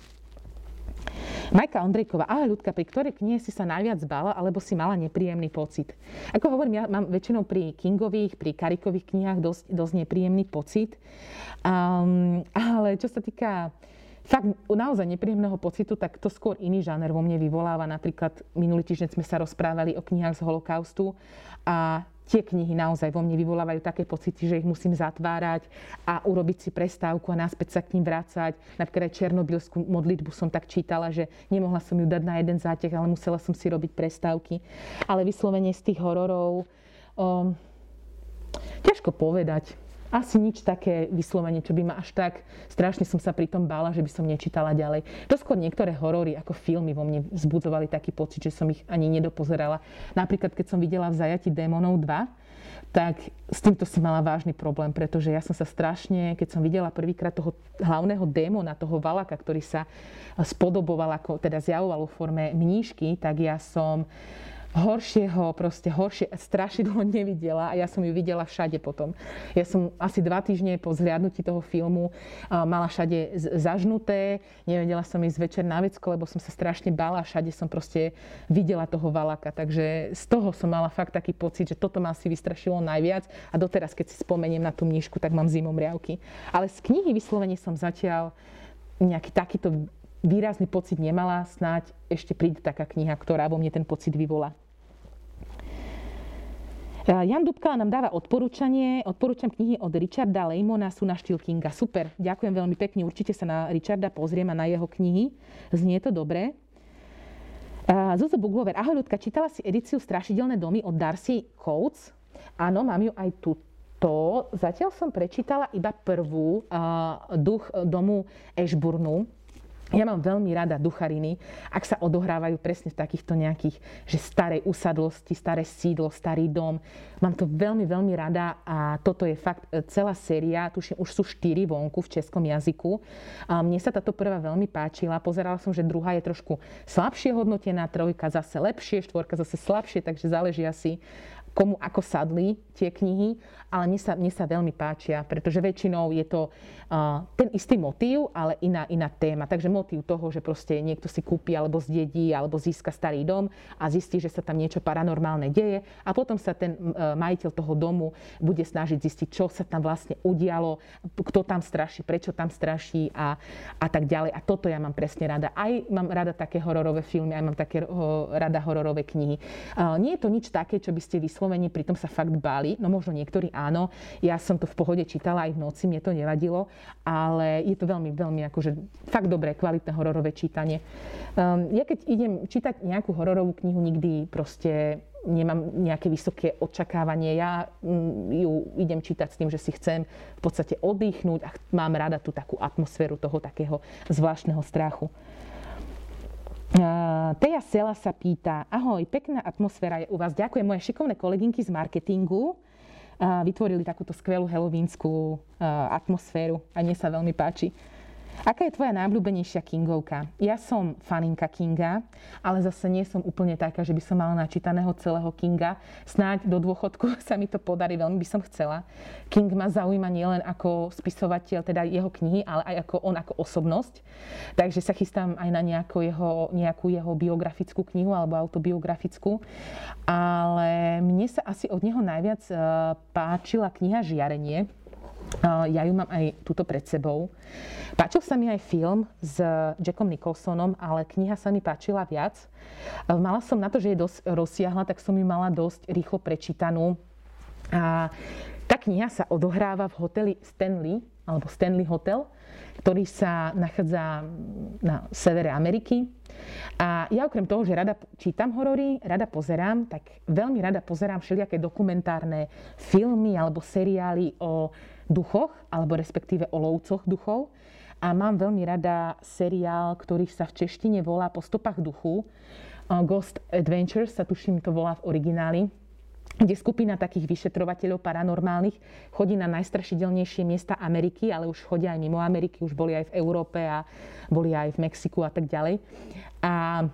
Majka Ondrejková, ahoj ľudka, pri ktorej knihe si sa najviac bála alebo si mala nepríjemný pocit? Ako hovorím, ja mám väčšinou pri Kingových, pri Karikových knihách dosť, dosť nepríjemný pocit. Um, ale čo sa týka fakt naozaj nepríjemného pocitu, tak to skôr iný žáner vo mne vyvoláva. Napríklad minulý týždeň sme sa rozprávali o knihách z holokaustu a tie knihy naozaj vo mne vyvolávajú také pocity, že ich musím zatvárať a urobiť si prestávku a naspäť sa k ním vrácať. Napríklad aj Černobylskú modlitbu som tak čítala, že nemohla som ju dať na jeden zátek, ale musela som si robiť prestávky. Ale vyslovene z tých hororov um, ťažko povedať. Asi nič také vyslovene, čo by ma až tak strašne som sa pri tom bála, že by som nečítala ďalej. To skôr niektoré horory ako filmy vo mne vzbudzovali taký pocit, že som ich ani nedopozerala. Napríklad, keď som videla V zajatí démonov dva, tak s týmto som mala vážny problém, pretože ja som sa strašne, keď som videla prvýkrát toho hlavného démona, toho Valaka, ktorý sa spodoboval, ako teda zjavoval vo forme mníšky, tak ja som horšieho, proste horšie strašidlo nevidela a ja som ju videla všade potom. Ja som asi dva týždne po zhliadnutí toho filmu mala všade zažnuté, nevedela som ísť večer na vecko, lebo som sa strašne bála a všade som proste videla toho Valaka. Takže z toho som mala fakt taký pocit, že toto ma asi vystrašilo najviac a doteraz, keď si spomeniem na tú mníšku, tak mám zimomriavky. Ale z knihy vyslovene som zatiaľ nejaký takýto výrazný pocit nemala, snáď ešte príde taká kniha, ktorá vo mne ten pocit vyvolá. Jan Dubka nám dáva odporúčanie. Odporúčam knihy od Richarda Leymona, sú na štýl Kinga. Super, ďakujem veľmi pekne. Určite sa na Richarda pozriem a na jeho knihy. Znie to dobre. Zuzo Buglover, ahoj ľudka, čítala si edíciu Strašidelné domy od Darcy Coates? Áno, mám ju aj tuto. Zatiaľ som prečítala iba prvú, Duch domu Ashburnu. Ja mám veľmi rada duchariny, ak sa odohrávajú presne v takýchto nejakých, že starej usadlosti, staré sídlo, starý dom. Mám to veľmi, veľmi rada a toto je fakt celá séria, tuším, už sú štyri vonku v českom jazyku. A mne sa táto prvá veľmi páčila, pozerala som, že druhá je trošku slabšie hodnotená, trojka zase lepšie, štvorka zase slabšie, takže záleží asi, komu ako sadli tie knihy, ale mne sa, mne sa veľmi páčia, pretože väčšinou je to uh, ten istý motív, ale iná, iná téma. Takže motív toho, že proste niekto si kúpi alebo zdedí alebo získa starý dom a zistí, že sa tam niečo paranormálne deje a potom sa ten uh, majiteľ toho domu bude snažiť zistiť, čo sa tam vlastne udialo, kto tam straší, prečo tam straší a, a tak ďalej. A toto ja mám presne rada. Aj mám rada také hororové filmy, aj mám také uh, rada hororové knihy. Uh, nie je to nič také, čo by ste vyslovene pritom sa fakt báli. No možno niektorí áno. Ja som to v pohode čítala aj v noci, mne to nevadilo, ale je to veľmi, veľmi akože fakt dobré, kvalitné hororové čítanie. Um, ja keď idem čítať nejakú hororovú knihu, nikdy proste nemám nejaké vysoké očakávanie. Ja um, ju idem čítať s tým, že si chcem v podstate oddychnúť a mám rada tú takú atmosféru toho takého zvláštneho strachu. Uh, Teja Sela sa pýta, ahoj, pekná atmosféra je u vás. Ďakujem, moje šikovné kolegynky z marketingu. Uh, vytvorili takúto skvelú halloweenskú uh, atmosféru a mne sa veľmi páči. Aká je tvoja najobľúbenejšia Kingovka? Ja som faninka Kinga, ale zase nie som úplne taká, že by som mala načítaného celého Kinga. Snáď do dôchodku sa mi to podarí, veľmi by som chcela. King ma zaujíma nielen ako spisovateľ, teda jeho knihy, ale aj ako on ako osobnosť. Takže sa chystám aj na nejakú jeho, nejakú jeho biografickú knihu alebo autobiografickú. Ale mne sa asi od neho najviac páčila kniha Žiarenie. Ja ju mám aj túto pred sebou. Páčil sa mi aj film s Jackom Nicholsonom, ale kniha sa mi páčila viac. Mala som na to, že je dosť rozsiahla, tak som ju mala dosť rýchlo prečítanú. A tá kniha sa odohráva v hoteli Stanley, alebo Stanley Hotel, ktorý sa nachádza na severe Ameriky. A ja okrem toho, že rada čítam horory, rada pozerám, tak veľmi rada pozerám všelijaké dokumentárne filmy alebo seriály o duchoch, alebo respektíve o lovcoch duchov. A mám veľmi rada seriál, ktorý sa v češtine volá Po stopách duchu. Ghost Adventures sa tuším to volá v origináli, kde skupina takých vyšetrovateľov paranormálnych chodí na najstrašidelnejšie miesta Ameriky, ale už chodia aj mimo Ameriky, už boli aj v Európe a boli aj v Mexiku a tak ďalej. A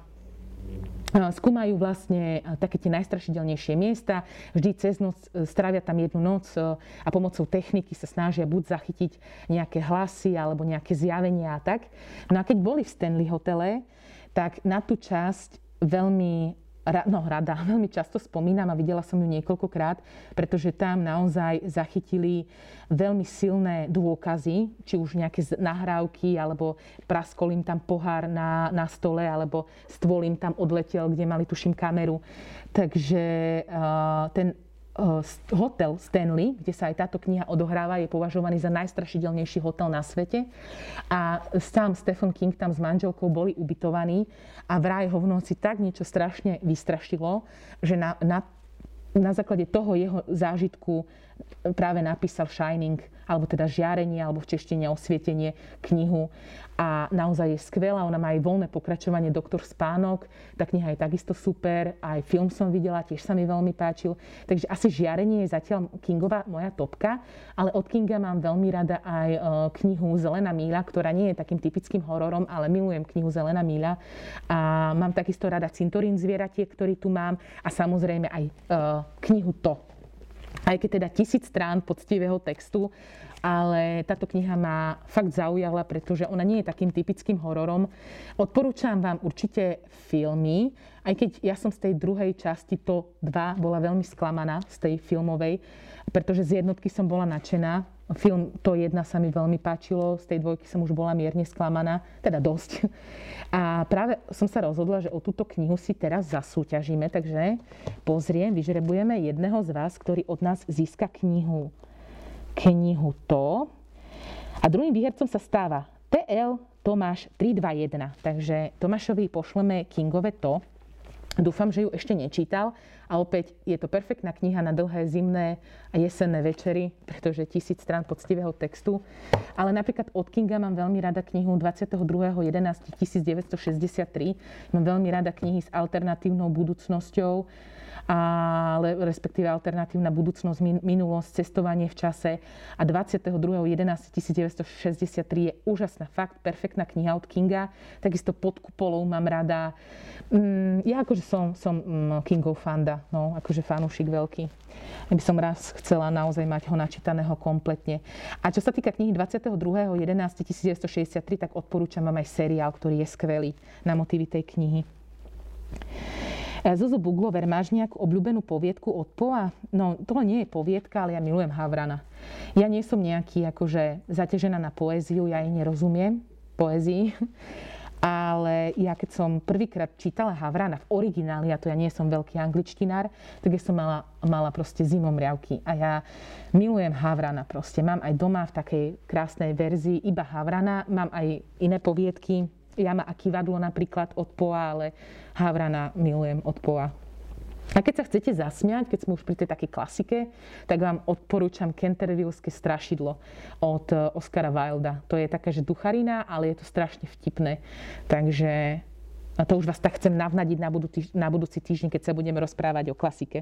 skúmajú vlastne také tie najstrašidelnejšie miesta. Vždy cez noc strávia tam jednu noc a pomocou techniky sa snažia buď zachytiť nejaké hlasy alebo nejaké zjavenia a tak. No a keď boli v Stanley hotele, tak na tú časť veľmi No rada, veľmi často spomínam a videla som ju niekoľkokrát, pretože tam naozaj zachytili veľmi silné dôkazy, či už nejaké nahrávky, alebo praskol im tam pohár na, na stole, alebo stôl im tam odletel, kde mali tuším kameru. Takže uh, ten hotel Stanley, kde sa aj táto kniha odohráva, je považovaný za najstrašidelnejší hotel na svete. A sám Stephen King tam s manželkou boli ubytovaní a vraj ho v noci tak niečo strašne vystrašilo, že na, na, na základe toho jeho zážitku práve napísal Shining, alebo teda Žiarenie, alebo v češtine Osvietenie, knihu. A naozaj je skvelá, ona má aj voľné pokračovanie Doktor Spánok, tá kniha je takisto super, aj film som videla, tiež sa mi veľmi páčil. Takže asi Žiarenie je zatiaľ Kingova moja topka, ale od Kinga mám veľmi rada aj knihu Zelená míľa, ktorá nie je takým typickým hororom, ale milujem knihu Zelená míľa. A mám takisto rada Cintorín zvieratiek, ktorý tu mám, a samozrejme aj knihu To. Aj keď teda tisíc strán poctivého textu, ale táto kniha ma fakt zaujala, pretože ona nie je takým typickým hororom. Odporúčam vám určite filmy, aj keď ja som z tej druhej časti To dva bola veľmi sklamaná, z tej filmovej, pretože z jednotky som bola nadšená. Film To jedna sa mi veľmi páčilo, z tej dvojky som už bola mierne sklamaná, teda dosť. A práve som sa rozhodla, že o túto knihu si teraz zasúťažíme, takže pozriem, vyžrebujeme jedného z vás, ktorý od nás získa knihu, knihu To. A druhým výhercom sa stáva té el Tomáš tri dva jeden. Takže Tomášovi pošleme Kingové To. Dúfam, že ju ešte nečítal a opäť je to perfektná kniha na dlhé zimné a jesenné večery, pretože tisíc strán poctivého textu. Ale napríklad od Kinga mám veľmi rada knihu dvadsiateho druhého jedenásteho tisícdeväťstošesťdesiattri. Mám veľmi rada knihy s alternatívnou budúcnosťou, ale respektíve alternatívna budúcnosť, minulosť, cestovanie v čase. A dvadsiateho druhého jedenásteho tisícdeväťstošesťdesiattri je úžasná, fakt perfektná kniha od Kinga. Takisto Pod kupolou mám rada. Ja akože som, som Kingov fanda, no, akože fanúšik veľký. Ja by som raz chcela naozaj mať ho načítaného kompletne. A čo sa týka knihy dvadsiateho druhého jedenásteho tisícdeväťstošesťdesiattri, tak odporúčam vám aj seriál, ktorý je skvelý na motívy tej knihy. Zuzu Buglover, máš nejakú obľúbenú poviedku od Poa? No, to nie je poviedka, ale ja milujem Havrana. Ja nie som nejaký akože zaťažená na poéziu, ja jej nerozumiem, poézii. Ale ja keď som prvýkrát čítala Havrana v origináli, a to ja nie som veľký angličtinár, tak ja som mala, mala proste zimomriavky. A ja milujem Havrana proste. Mám aj doma v takej krásnej verzii iba Havrana, mám aj iné poviedky. Jama a kývadlo napríklad od Poa, ale Havrana milujem od Poa. A keď sa chcete zasmiať, keď sme už pri tej takej klasike, tak vám odporúčam Cantervilleské strašidlo od Oscara Wilda. To je taká, že ducharina, ale je to strašne vtipné. Takže a to už vás tak chcem navnadiť na budúci, na budúci týždeň, keď sa budeme rozprávať o klasike.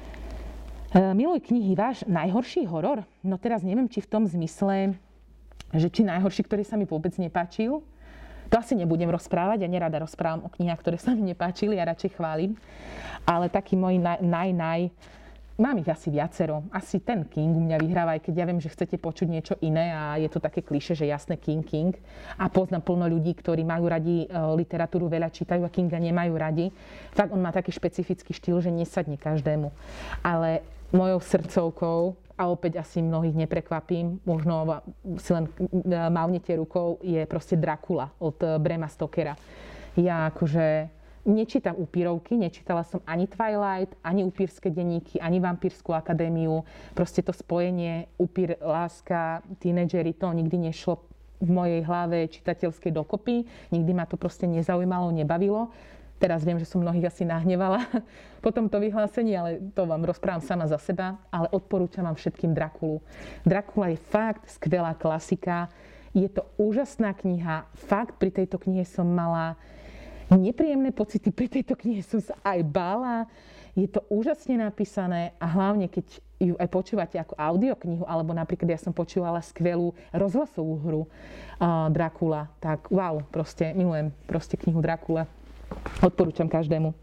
Miluj knihy, váš najhorší horor? No teraz neviem, či v tom zmysle že či najhorší, ktorý sa mi vôbec nepáčil. To asi nebudem rozprávať, ja nerada rozprávam o knihách, ktoré sa mi nepáčili, ja radšej chválim. Ale taký môj naj, naj, naj, mám ich asi viacero. Asi ten King u mňa vyhráva, aj keď ja viem, že chcete počuť niečo iné a je to také klišé, že jasné King, King. A poznám plno ľudí, ktorí majú radi literatúru, veľa čítajú a Kinga nemajú radi. Fakt on má taký špecifický štýl, že nesadne každému. Ale mojou srdcovkou, a opäť asi mnohých neprekvapím, možno si len mávnete rukou, je proste Dracula od Brama Stokera. Ja akože nečítam upírovky, nečítala som ani Twilight, ani upírske denníky, ani Vampírskú akadémiu. Proste to spojenie upír, láska, tínedžeri, to nikdy nešlo v mojej hlave čitateľskej dokopy. Nikdy ma to proste nezaujímalo, nebavilo. Teraz viem, že som mnohých asi nahnevala po tomto vyhlásení, ale to vám rozprávam sama za seba. Ale odporúčam vám všetkým Drakulu. Drakula je fakt skvelá klasika. Je to úžasná kniha. Fakt pri tejto knihe som mala nepríjemné pocity. Pri tejto knihe som sa aj bála. Je to úžasne napísané a hlavne, keď ju aj počúvate ako audioknihu, alebo napríklad ja som počúvala skvelú rozhlasovú hru uh, Drakula, tak wow, proste milujem proste knihu Drakula. Odporúčam každému.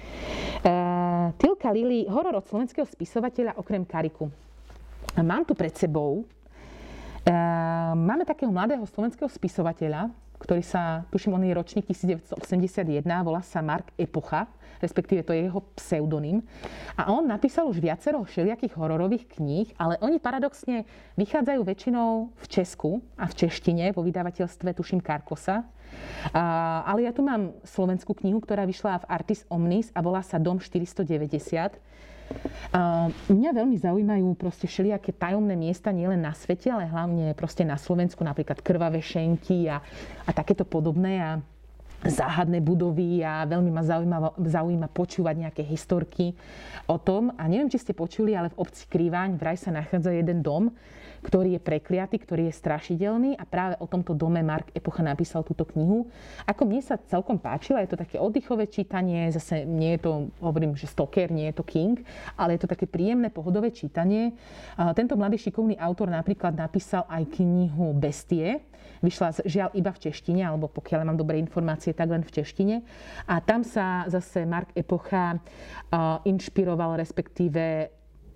Uh, Tilka Lily, horor od slovenského spisovateľa okrem Kariku. Mám tu pred sebou, uh, máme takého mladého slovenského spisovateľa, ktorý sa, tuším, on je ročník devätnásťstoosemdesiatjeden, volá sa Mark Epocha, respektíve to je jeho pseudonym. A on napísal už viacero všelijakých hororových kníh, ale oni paradoxne vychádzajú väčšinou v Česku a v češtine, vo vydavateľstve, tuším, Karkosa. A, ale ja tu mám slovenskú knihu, ktorá vyšla v Artis Omnis a volá sa Dom štyristodeväťdesiat. Uh, mňa veľmi zaujímajú proste všelijaké tajomné miesta nielen na svete, ale hlavne proste na Slovensku, napríklad krvavé šenky a, a takéto podobné a záhadné budovy a veľmi ma zaujíma, zaujíma počúvať nejaké historky o tom. A neviem, či ste počuli, ale v obci Kriváň vraj sa nachádza jeden dom, ktorý je prekliatý, ktorý je strašidelný a práve o tomto dome Mark Epocha napísal túto knihu. Ako mne sa celkom páčila, je to také oddychové čítanie, zase nie je to, hovorím, že Stoker, nie je to King, ale je to také príjemné, pohodové čítanie. Tento mladý šikovný autor napríklad napísal aj knihu Bestie, vyšla žiaľ iba v češtine, alebo pokiaľ mám dobré informácie, tak len v češtine. A tam sa zase Mark Epocha inšpiroval, respektíve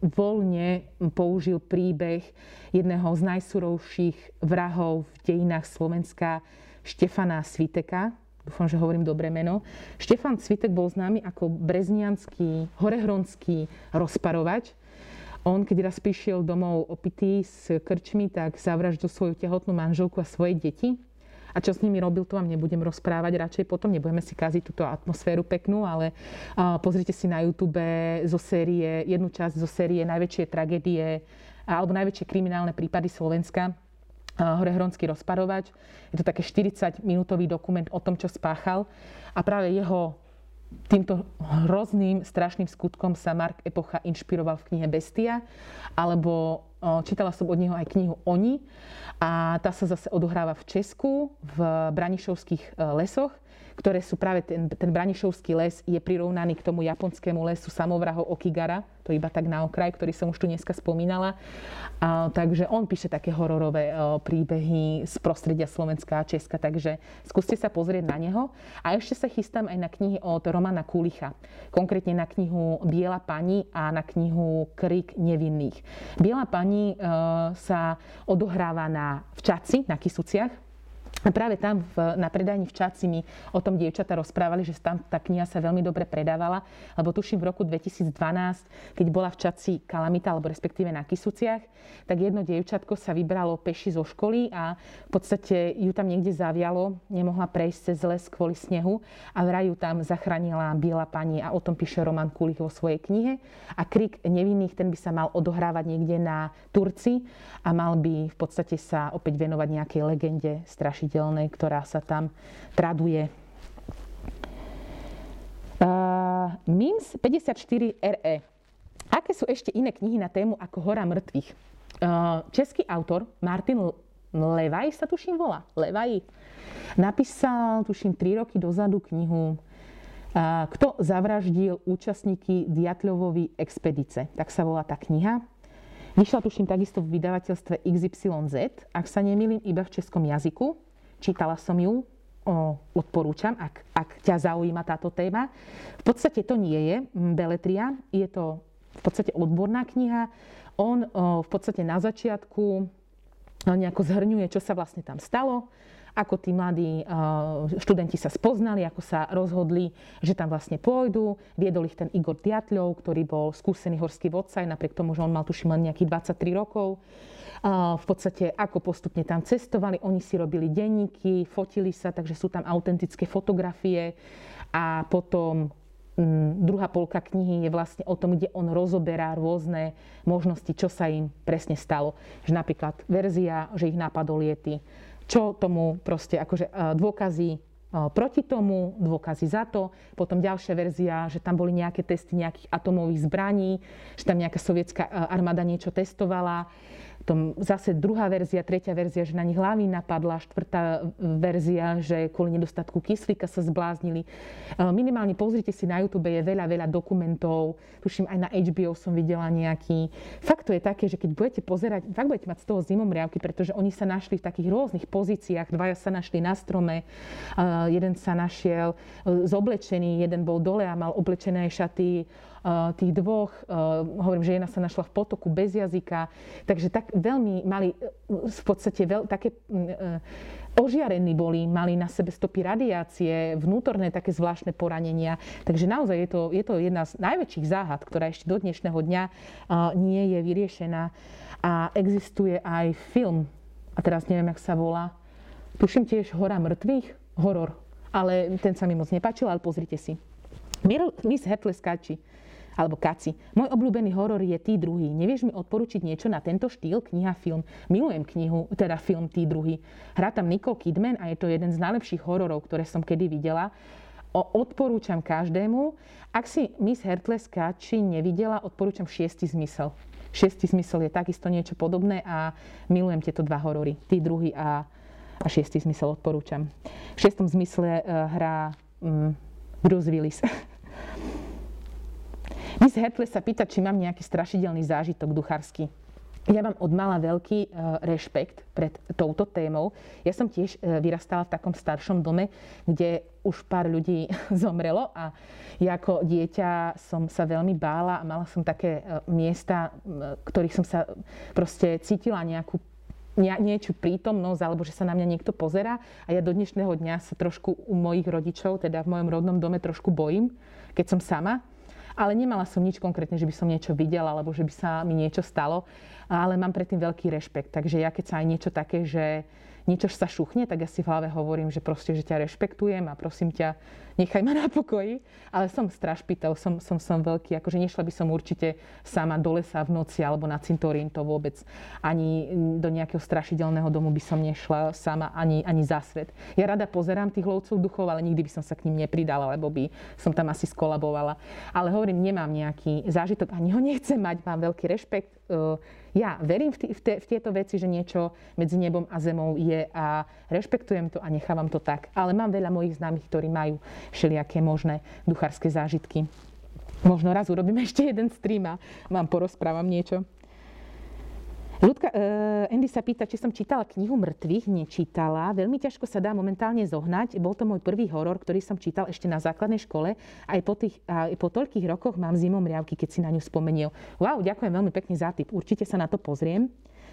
voľne použil príbeh jedného z najsurovších vrahov v dejinách Slovenska, Štefana Sviteka. Dúfam, že hovorím dobré meno. Štefan Svitek bol známy ako breznianský, horehronský rozparovač. On, keď raz prišiel domov opitý s krčmi, tak zavraždil svoju tehotnú manželku a svoje deti. A čo s nimi robil, to vám nebudem rozprávať. Radšej potom nebudeme si kaziť túto atmosféru peknú, ale uh, pozrite si na YouTube zo série, jednu časť zo série Najväčšie tragédie alebo Najväčšie kriminálne prípady Slovenska. Uh, Horehronský rozparovač. Je to také štyridsaťminútový dokument o tom, čo spáchal. A práve jeho týmto hrozným, strašným skutkom sa Mark Epocha inšpiroval v knihe Bestia, alebo čítala som od neho aj knihu Oni a tá sa zase odohráva v Česku, v Branišovských lesoch, ktoré sú práve, ten, ten Branišovský les je prirovnaný k tomu japonskému lesu samovrahov Okigara, to iba tak na okraj, ktorý som už tu dneska spomínala. A, takže on píše také hororové o, príbehy z prostredia Slovenska a Česka, takže skúste sa pozrieť na neho. A ešte sa chystám aj na knihy od Romana Kulicha, konkrétne na knihu Biela pani a na knihu Krik nevinných. Biela pani e, sa odohráva na, v Čadci, na Kysuciach. A práve tam v, na predajni v Čadci mi o tom dievčatá rozprávali, že tam tá kniha sa veľmi dobre predávala, lebo tuším v roku dvetisícdvanásť, keď bola v Čadci kalamita, alebo respektíve na Kysuciach, tak jedno dievčatko sa vybralo peši zo školy a v podstate ju tam niekde zavialo, nemohla prejsť cez les kvôli snehu a vraj ju tam zachránila Biela pani a o tom píše Roman Kulich vo svojej knihe. A Krik nevinných, ten by sa mal odohrávať niekde na Turci a mal by v podstate sa opäť venovať nejakej legende strašidelnej, ktorá sa tam traduje. Uh, Mims päťdesiatštyri er é. Aké sú ešte iné knihy na tému ako Hora mŕtvych? Uh, český autor Martin Levaj sa tuším volá. Levaj. Napísal tuším tri roky dozadu knihu uh, Kto zavraždil účastníky Diatľovovy expedice. Tak sa volá tá kniha. Vyšla tuším takisto v vydavateľstve iks ypsilon zet, ak sa nemýlim, iba v českom jazyku. Čítala som ju, o, odporúčam, ak, ak ťa zaujíma táto téma. V podstate to nie je beletria, je to v podstate odborná kniha. On o, v podstate na začiatku nejako zhrňuje, čo sa vlastne tam stalo, ako tí mladí študenti sa spoznali, ako sa rozhodli, že tam vlastne pôjdu. Viedol ich ten Igor Djatlov, ktorý bol skúsený horský vodca, aj napriek tomu, že on mal tuším len nejakých dvadsaťtri rokov. V podstate, ako postupne tam cestovali, oni si robili denníky, fotili sa, takže sú tam autentické fotografie. A potom m, druhá polka knihy je vlastne o tom, kde on rozoberá rôzne možnosti, čo sa im presne stalo. Že napríklad verzia, že ich napadol Yeti, čo tomu proste akože dôkazy proti tomu, dôkazy za to. Potom ďalšia verzia, že tam boli nejaké testy nejakých atomových zbraní, že tam nejaká sovietská armáda niečo testovala. Potom zase druhá verzia, tretia verzia, že na nich lavína padla, štvrtá verzia, že kvôli nedostatku kyslíka sa zbláznili. Minimálne pozrite si na YouTube, je veľa, veľa dokumentov. Tuším, aj na há bé ó som videla nejaký. Fakt to je také, že keď budete pozerať, fakt budete mať z toho zimomriavky, pretože oni sa našli v takých rôznych pozíciách. Dvaja sa našli na strome, jeden sa našiel zoblečený, jeden bol dole a mal oblečené šaty tých dvoch. Hovorím, že jedna sa našla v potoku bez jazyka. Takže tak veľmi mali v podstate veľ, také ožiarení boli, mali na sebe stopy radiácie, vnútorné také zvláštne poranenia. Takže naozaj je to, je to jedna z najväčších záhad, ktorá ešte do dnešného dňa nie je vyriešená. A existuje aj film, a teraz neviem, jak sa volá, tuším tiež Hora mŕtvych, horor, ale ten sa mi moc nepáčil, ale pozrite si. Miss Heartless Kači, alebo Kaci. Môj obľúbený horor je Tí druhý. Nevieš mi odporučiť niečo na tento štýl? Kniha, film. Milujem knihu, teda film Tí druhý. Hrá tam Nicole Kidman a je to jeden z najlepších hororov, ktoré som kedy videla. O, odporúčam každému. Ak si Miss Heartless Kači nevidela, odporúčam Šiestý zmysel. Šiestý zmysel je takisto niečo podobné a milujem tieto dva horory. Tí druhý a, a Šiestý zmysel odporúčam. V Šiestom zmysle uh, hrá um, Bruce Willis. Miss Heartless sa pýta, či mám nejaký strašidelný zážitok duchársky. Ja mám od mala veľký uh, rešpekt pred touto témou. Ja som tiež uh, vyrastala v takom staršom dome, kde už pár ľudí zomrelo a ja ako dieťa som sa veľmi bála a mala som také uh, miesta, uh, ktorých som sa proste cítila nejakú nie, niečo prítomnosť, alebo že sa na mňa niekto pozerá. A ja do dnešného dňa sa trošku u mojich rodičov, teda v mojom rodnom dome, trošku bojím, keď som sama. Ale nemala som nič konkrétne, že by som niečo videla, alebo že by sa mi niečo stalo. Ale mám predtým veľký rešpekt. Takže ja keď sa aj niečo také, že niečo sa šuchne, tak ja si v hlave hovorím, že proste, že ťa rešpektujem a prosím ťa, nechaj ma na pokoji. Ale som strašpýtal, som, som, som veľký, akože nešla by som určite sama do lesa v noci alebo na cintorín, to vôbec. Ani do nejakého strašidelného domu by som nešla sama, ani, ani za svet. Ja rada pozerám tých lovcov duchov, ale nikdy by som sa k ním nepridala, lebo by som tam asi skolabovala. Ale hovorím, nemám nejaký zážitok, ani ho nechcem mať, mám veľký rešpekt. Ja verím v, t- v, te- v tieto veci, že niečo medzi nebom a zemou je a rešpektujem to a nechávam to tak. Ale mám veľa mojich známych, ktorí majú všelijaké možné duchárske zážitky. Možno raz urobím ešte jeden stream a vám porozprávam niečo. Ľudka, uh, Andy sa pýta, či som čítala knihu Mŕtvych. Nečítala. Veľmi ťažko sa dá momentálne zohnať. Bol to môj prvý horor, ktorý som čítal ešte na základnej škole. Aj po, tých, aj po toľkých rokoch mám zimomriavky, keď si na ňu spomenul. Wow, ďakujem veľmi pekne za tip. Určite sa na to pozriem.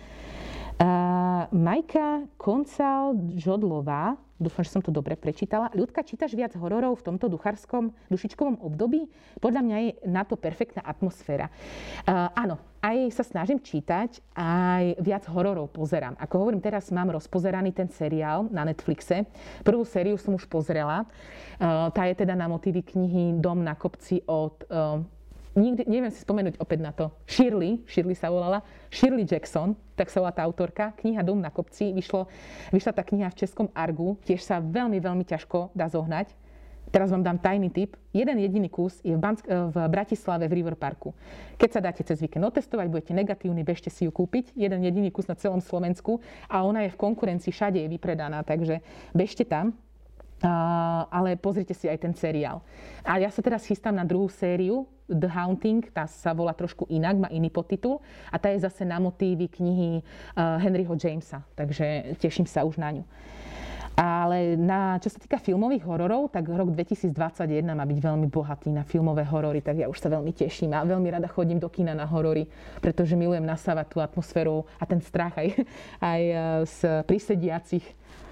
Uh, Majka Koncal Žodlová, dúfam, že som to dobre prečítala. Ľudka, čítaš viac hororov v tomto duchárskom dušičkovom období? Podľa mňa je na to perfektná atmosféra. Uh, áno, aj sa snažím čítať, aj viac hororov pozerám. Ako hovorím, teraz mám rozpozeraný ten seriál na Netflixe. Prvú sériu som už pozrela. Uh, tá je teda na motívy knihy Dom na kopci od... Uh, Nikdy, neviem si spomenúť opäť na to. Shirley, Shirley sa volala, Shirley Jackson, tak sa volá tá autorka. Kniha Dom na kopci, vyšlo, vyšla tá kniha v českom Argu, tiež sa veľmi, veľmi ťažko dá zohnať. Teraz vám dám tajný tip. Jeden jediný kus je v, Bansk- v Bratislave v River Parku. Keď sa dáte cez víkend otestovať, budete negatívni, bežte si ju kúpiť. Jeden jediný kus na celom Slovensku a ona je v konkurencii, všade je vypredaná, takže bežte tam. Uh, ale pozrite si aj ten seriál. A ja sa teraz chystám na druhú sériu, The Haunting, tá sa volá trošku inak, má iný podtitul a tá je zase na motívy knihy uh, Henryho Jamesa, takže teším sa už na ňu. Ale na, čo sa týka filmových hororov, tak rok dvetisícdvadsaťjeden má byť veľmi bohatý na filmové horory, tak ja už sa veľmi teším a veľmi rada chodím do kina na horory, pretože milujem nasávať tú atmosféru a ten strach aj, aj z prisediacich.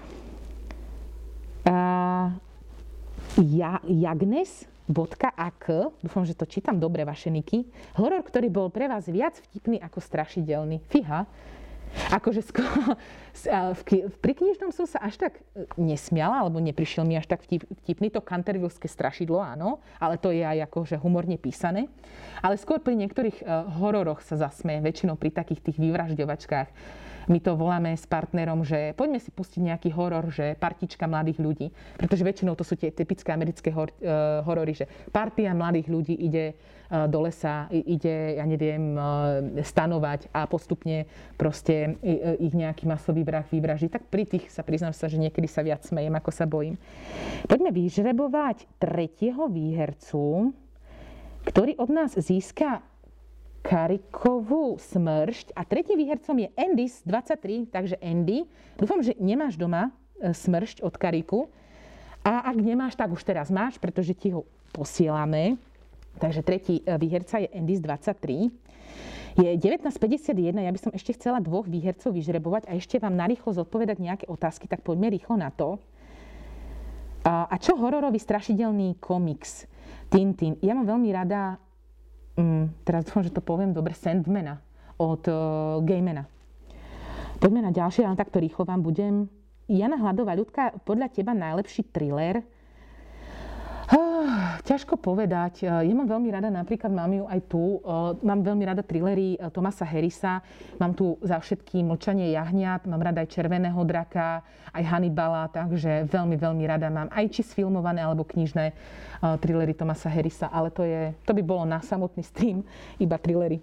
Uh, ja, Jagnes.ak, dúfam, že to čítam dobre, vaše niky. Horor, ktorý bol pre vás viac vtipný ako strašidelný. Fíha. Akože skoro, pri knižnom som sa až tak nesmiala, alebo neprišiel mi až tak vtip, vtipný. To Cantervilleské strašidlo, áno, ale to je aj akože humorne písané. Ale skôr pri niektorých hororoch sa zasmejem, väčšinou pri takých tých vyvražďovačkách. My to voláme s partnerom, že poďme si pustiť nejaký horor, že partička mladých ľudí. Pretože väčšinou to sú tie typické americké hor, uh, horory, že partia mladých ľudí ide uh, do lesa, ide, ja neviem, uh, stanovať a postupne proste uh, ich nejaký masový vrah vyvraží. Tak pri tých sa priznám sa, že niekedy sa viac smejem, ako sa bojím. Poďme vyžrebovať tretieho výhercu, ktorý od nás získa Karikovú smršť a tretím výhercom je Endis dvadsaťtri, takže Andy, dúfam, že nemáš doma smršť od Kariku a ak nemáš, tak už teraz máš, pretože ti ho posielame. Takže tretí výherca je Endis dvadsaťtri. Je devätnásť päťdesiatjeden, ja by som ešte chcela dvoch výhercov vyžrebovať a ešte vám narýchlo zodpovedať nejaké otázky, tak poďme rýchlo na to. A čo hororový strašidelný komiks Tintin? Ja mám veľmi rada Mm, teraz dúfam, že to poviem dobre, Sandmana od uh, Gaimana. Poďme na ďalšie, ale takto rýchlo vám budem. Jana Hladová, Ľudka, podľa teba najlepší thriller? Uh, ťažko povedať. Uh, ja mám veľmi rada, napríklad mám ju aj tu, uh, mám veľmi rada thrillery uh, Thomasa Harrisa, mám tu Za všetky Mlčanie jahniat, mám rada aj Červeného draka, aj Hannibala, takže veľmi, veľmi rada mám aj či sfilmované alebo knižné uh, thrillery Thomasa Harrisa, ale to, je, to by bolo na samotný stream, iba thrillery.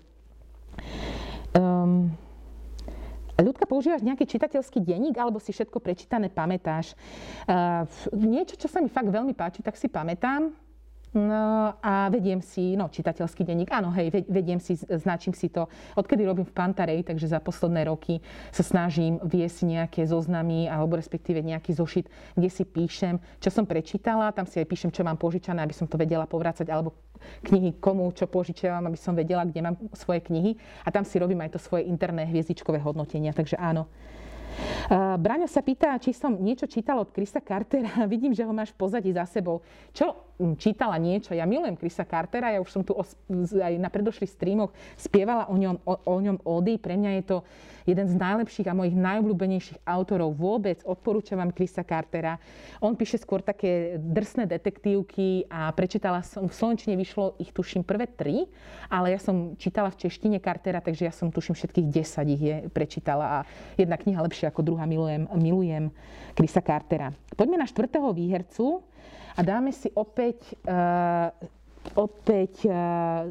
Um, Ľudka, používaš nejaký čitateľský denník, alebo si všetko prečítané pamätáš? Uh, niečo, čo sa mi fakt veľmi páči, tak si pamätám. No, a vediem si, no čitateľský denník, áno, hej, vediem si, značím si to, odkedy robím v Pantarej, takže za posledné roky sa snažím viesť nejaké zoznamy, alebo respektíve nejaký zošit, kde si píšem, čo som prečítala, tam si aj píšem, čo mám požičané, aby som to vedela povrácať, alebo knihy komu, čo požičiavam, aby som vedela, kde mám svoje knihy. A tam si robím aj to svoje interné hviezdičkové hodnotenia, takže áno. Uh, Braňo sa pýta, či som niečo čítala od Chrisa Cartera. Vidím, že ho máš v pozadí za sebou. Čo čítala niečo? Ja milujem Chrisa Cartera, ja už som tu os- aj na predošlých streamoch spievala o ňom, o, o ňom ódy. Pre mňa je to jeden z najlepších a mojich najobľúbenejších autorov vôbec. Odporúčam vám Chrisa Cartera. On píše skôr také drsné detektívky a prečítala som, v slovenčine vyšlo ich tuším prvé tri, ale ja som čítala v češtine Cartera, takže ja som tuším všetkých desať ich je prečítala a jedna kniha lepšia ako druhá, milujem, milujem Chrisa Cartera. Poďme na štvrtého výhercu a dáme si opäť, uh, opäť uh,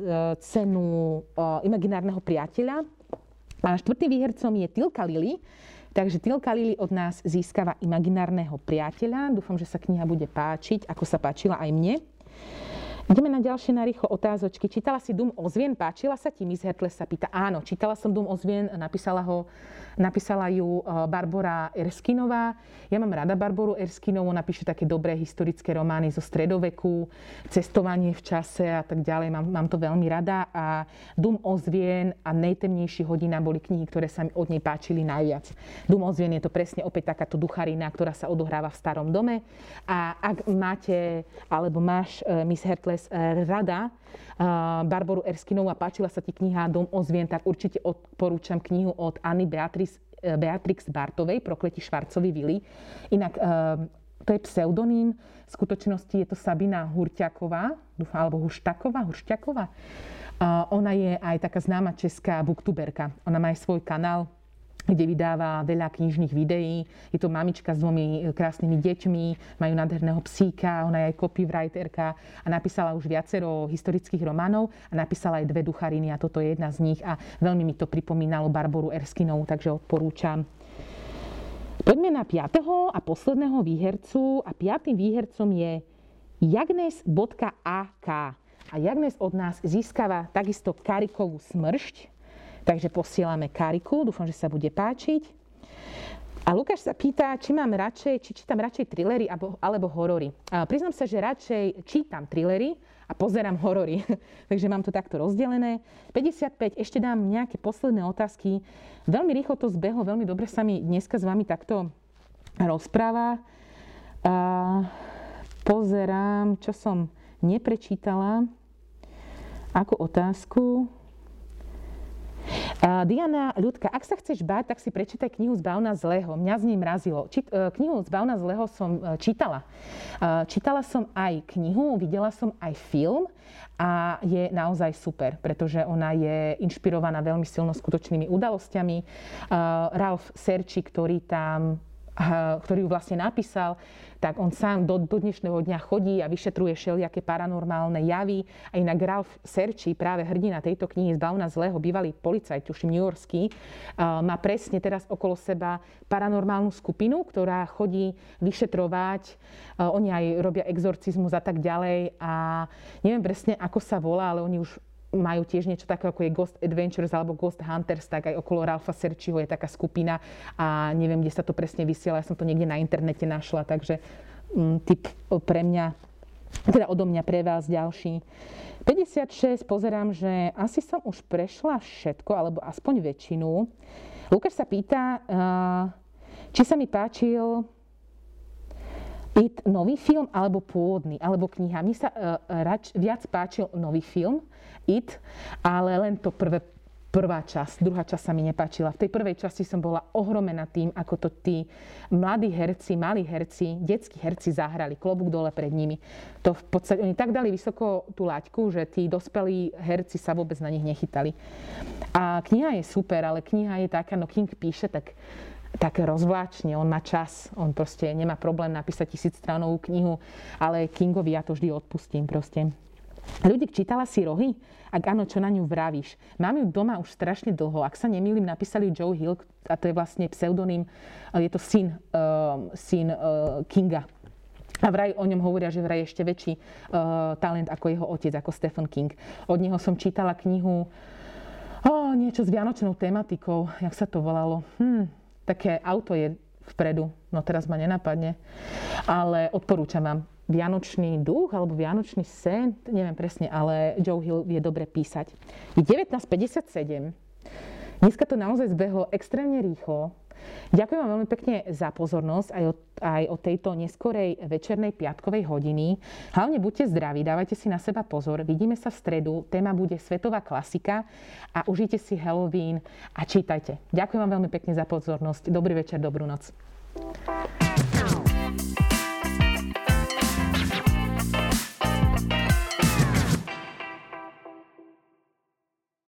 cenu uh, imaginárneho priateľa. A štvrtým výhercom je Tilka Lily. Takže Tilka Lily od nás získava imaginárneho priateľa. Dúfam, že sa kniha bude páčiť, ako sa páčila aj mne. Ideme na ďalšie narýchlo otázočky. Čítala si Dům ozvien? Páčila sa ti? Miss Hertles sa pýta. Áno, čítala som Dům ozvien, napísala ho, napísala ju Barbora Erskinová. Ja mám rada Barboru Erskinovú, napíše také dobré historické romány zo stredoveku, cestovanie v čase a tak ďalej. Mám, mám to veľmi rada. A Dům ozvien a Nejtemnejší hodina boli knihy, ktoré sa mi od nej páčili najviac. Dům ozvien je to presne opäť takáto ducharina, ktorá sa odohráva v starom dome. A ak máte, alebo máš Miss Hertles rada Barboru Erskinovú a páčila sa ti kniha Dom ozvien, tak určite odporúčam knihu od Anny Beatrix, Beatrix Bartovej Prokletí Švarcovej vily. Inak to je pseudonym, v skutočnosti je to Sabina Hurťaková, dúfam, alebo Huštaková, Huršťaková. Ona je aj taká známa česká booktuberka. Ona má aj svoj kanál, kde vydáva veľa knižných videí. Je to mamička s dvomi krásnymi deťmi, majú nádherného psíka, ona je aj copywriterka a napísala už viacero historických románov a napísala aj dve duchariny a toto je jedna z nich a veľmi mi to pripomínalo Barboru Erskinovú, takže odporúčam. Poďme na piateho a posledného výhercu a piatým výhercom je Jagnes bodka á ká. A Jagnes od nás získava takisto karikovú smršť, takže posielame kariku, dúfam, že sa bude páčiť. A Lukáš sa pýta, či mám radšej, či čítam radšej thrillery alebo, alebo horory. A priznám sa, že radšej čítam thrillery a pozerám horory. Takže mám to takto rozdelené. päťdesiatpäť, ešte dám nejaké posledné otázky. Veľmi rýchlo to zbehlo, veľmi dobre sa mi dneska s vami takto rozpráva. A pozerám, čo som neprečítala. Ako otázku. Uh, Diana Ľudka, ak sa chceš báť, tak si prečítaj knihu Zbav nás zlého. Mňa z nej mrazilo. Či, uh, knihu Zbav nás zlého som uh, čítala. Uh, čítala som aj knihu, videla som aj film a je naozaj super, pretože ona je inšpirovaná veľmi silno skutočnými udalosťami. Uh, Ralph Serči, ktorý tam ktorý ju vlastne napísal, tak on sám do, do dnešného dňa chodí a vyšetruje všelijaké paranormálne javy. A inak Ralph Serči, práve hrdina tejto knihy Zbav nás zlého, bývalý policajt, tuším newyorský, má presne teraz okolo seba paranormálnu skupinu, ktorá chodí vyšetrovať. Oni aj robia exorcizmus a tak ďalej. A neviem presne, ako sa volá, ale oni už majú tiež niečo také, ako je Ghost Adventures alebo Ghost Hunters, tak aj okolo Ralpha Serčiho je taká skupina a neviem, kde sa to presne vysiela, ja som to niekde na internete našla, takže um, tip pre mňa, teda odo mňa pre vás ďalší. päťdesiatšesť, pozerám, že asi som už prešla všetko, alebo aspoň väčšinu. Lukáš sa pýta, uh, či sa mi páčil It nový film alebo pôvodný, alebo kniha. Mne sa uh, rač, viac páčil nový film It, ale len to prvé, prvá časť. Druhá časť sa mi nepáčila. V tej prvej časti som bola ohromená tým, ako to tí mladí herci, malí herci, detskí herci zahrali. Klobúk dole pred nimi. To v podstate, oni tak dali vysoko tú laťku, že tí dospelí herci sa vôbec na nich nechytali. A kniha je super, ale kniha je taká, no King píše tak tak rozvláčne, on má čas, on proste nemá problém napísať tisícstranovú knihu, ale Kingovi ja to vždy odpustím proste. Ľudí, čítala si Rohy? Ak áno, čo na ňu vravíš? Mám ju doma už strašne dlho. Ak sa nemýlim, napísali Joe Hill, a to je vlastne pseudonym, je to syn, uh, syn uh, Kinga. A vraj o ňom hovoria, že vraj je ešte väčší uh, talent ako jeho otec, ako Stephen King. Od neho som čítala knihu oh, niečo s vianočnou tematikou, jak sa to volalo. Hm. Také auto je vpredu, no teraz ma nenapadne, ale odporúčam vám. Vianočný duch alebo Vianočný sen, neviem presne, ale Joe Hill vie dobre písať. Je devätnásť päťdesiatsedem. Dneska to naozaj zbehlo extrémne rýchlo. Ďakujem vám veľmi pekne za pozornosť aj o, aj o tejto neskorej večernej piatkovej hodiny. Hlavne buďte zdraví, dávajte si na seba pozor. Vidíme sa v stredu, téma bude svetová klasika a užite si Halloween a čítajte. Ďakujem vám veľmi pekne za pozornosť. Dobrý večer, dobrú noc.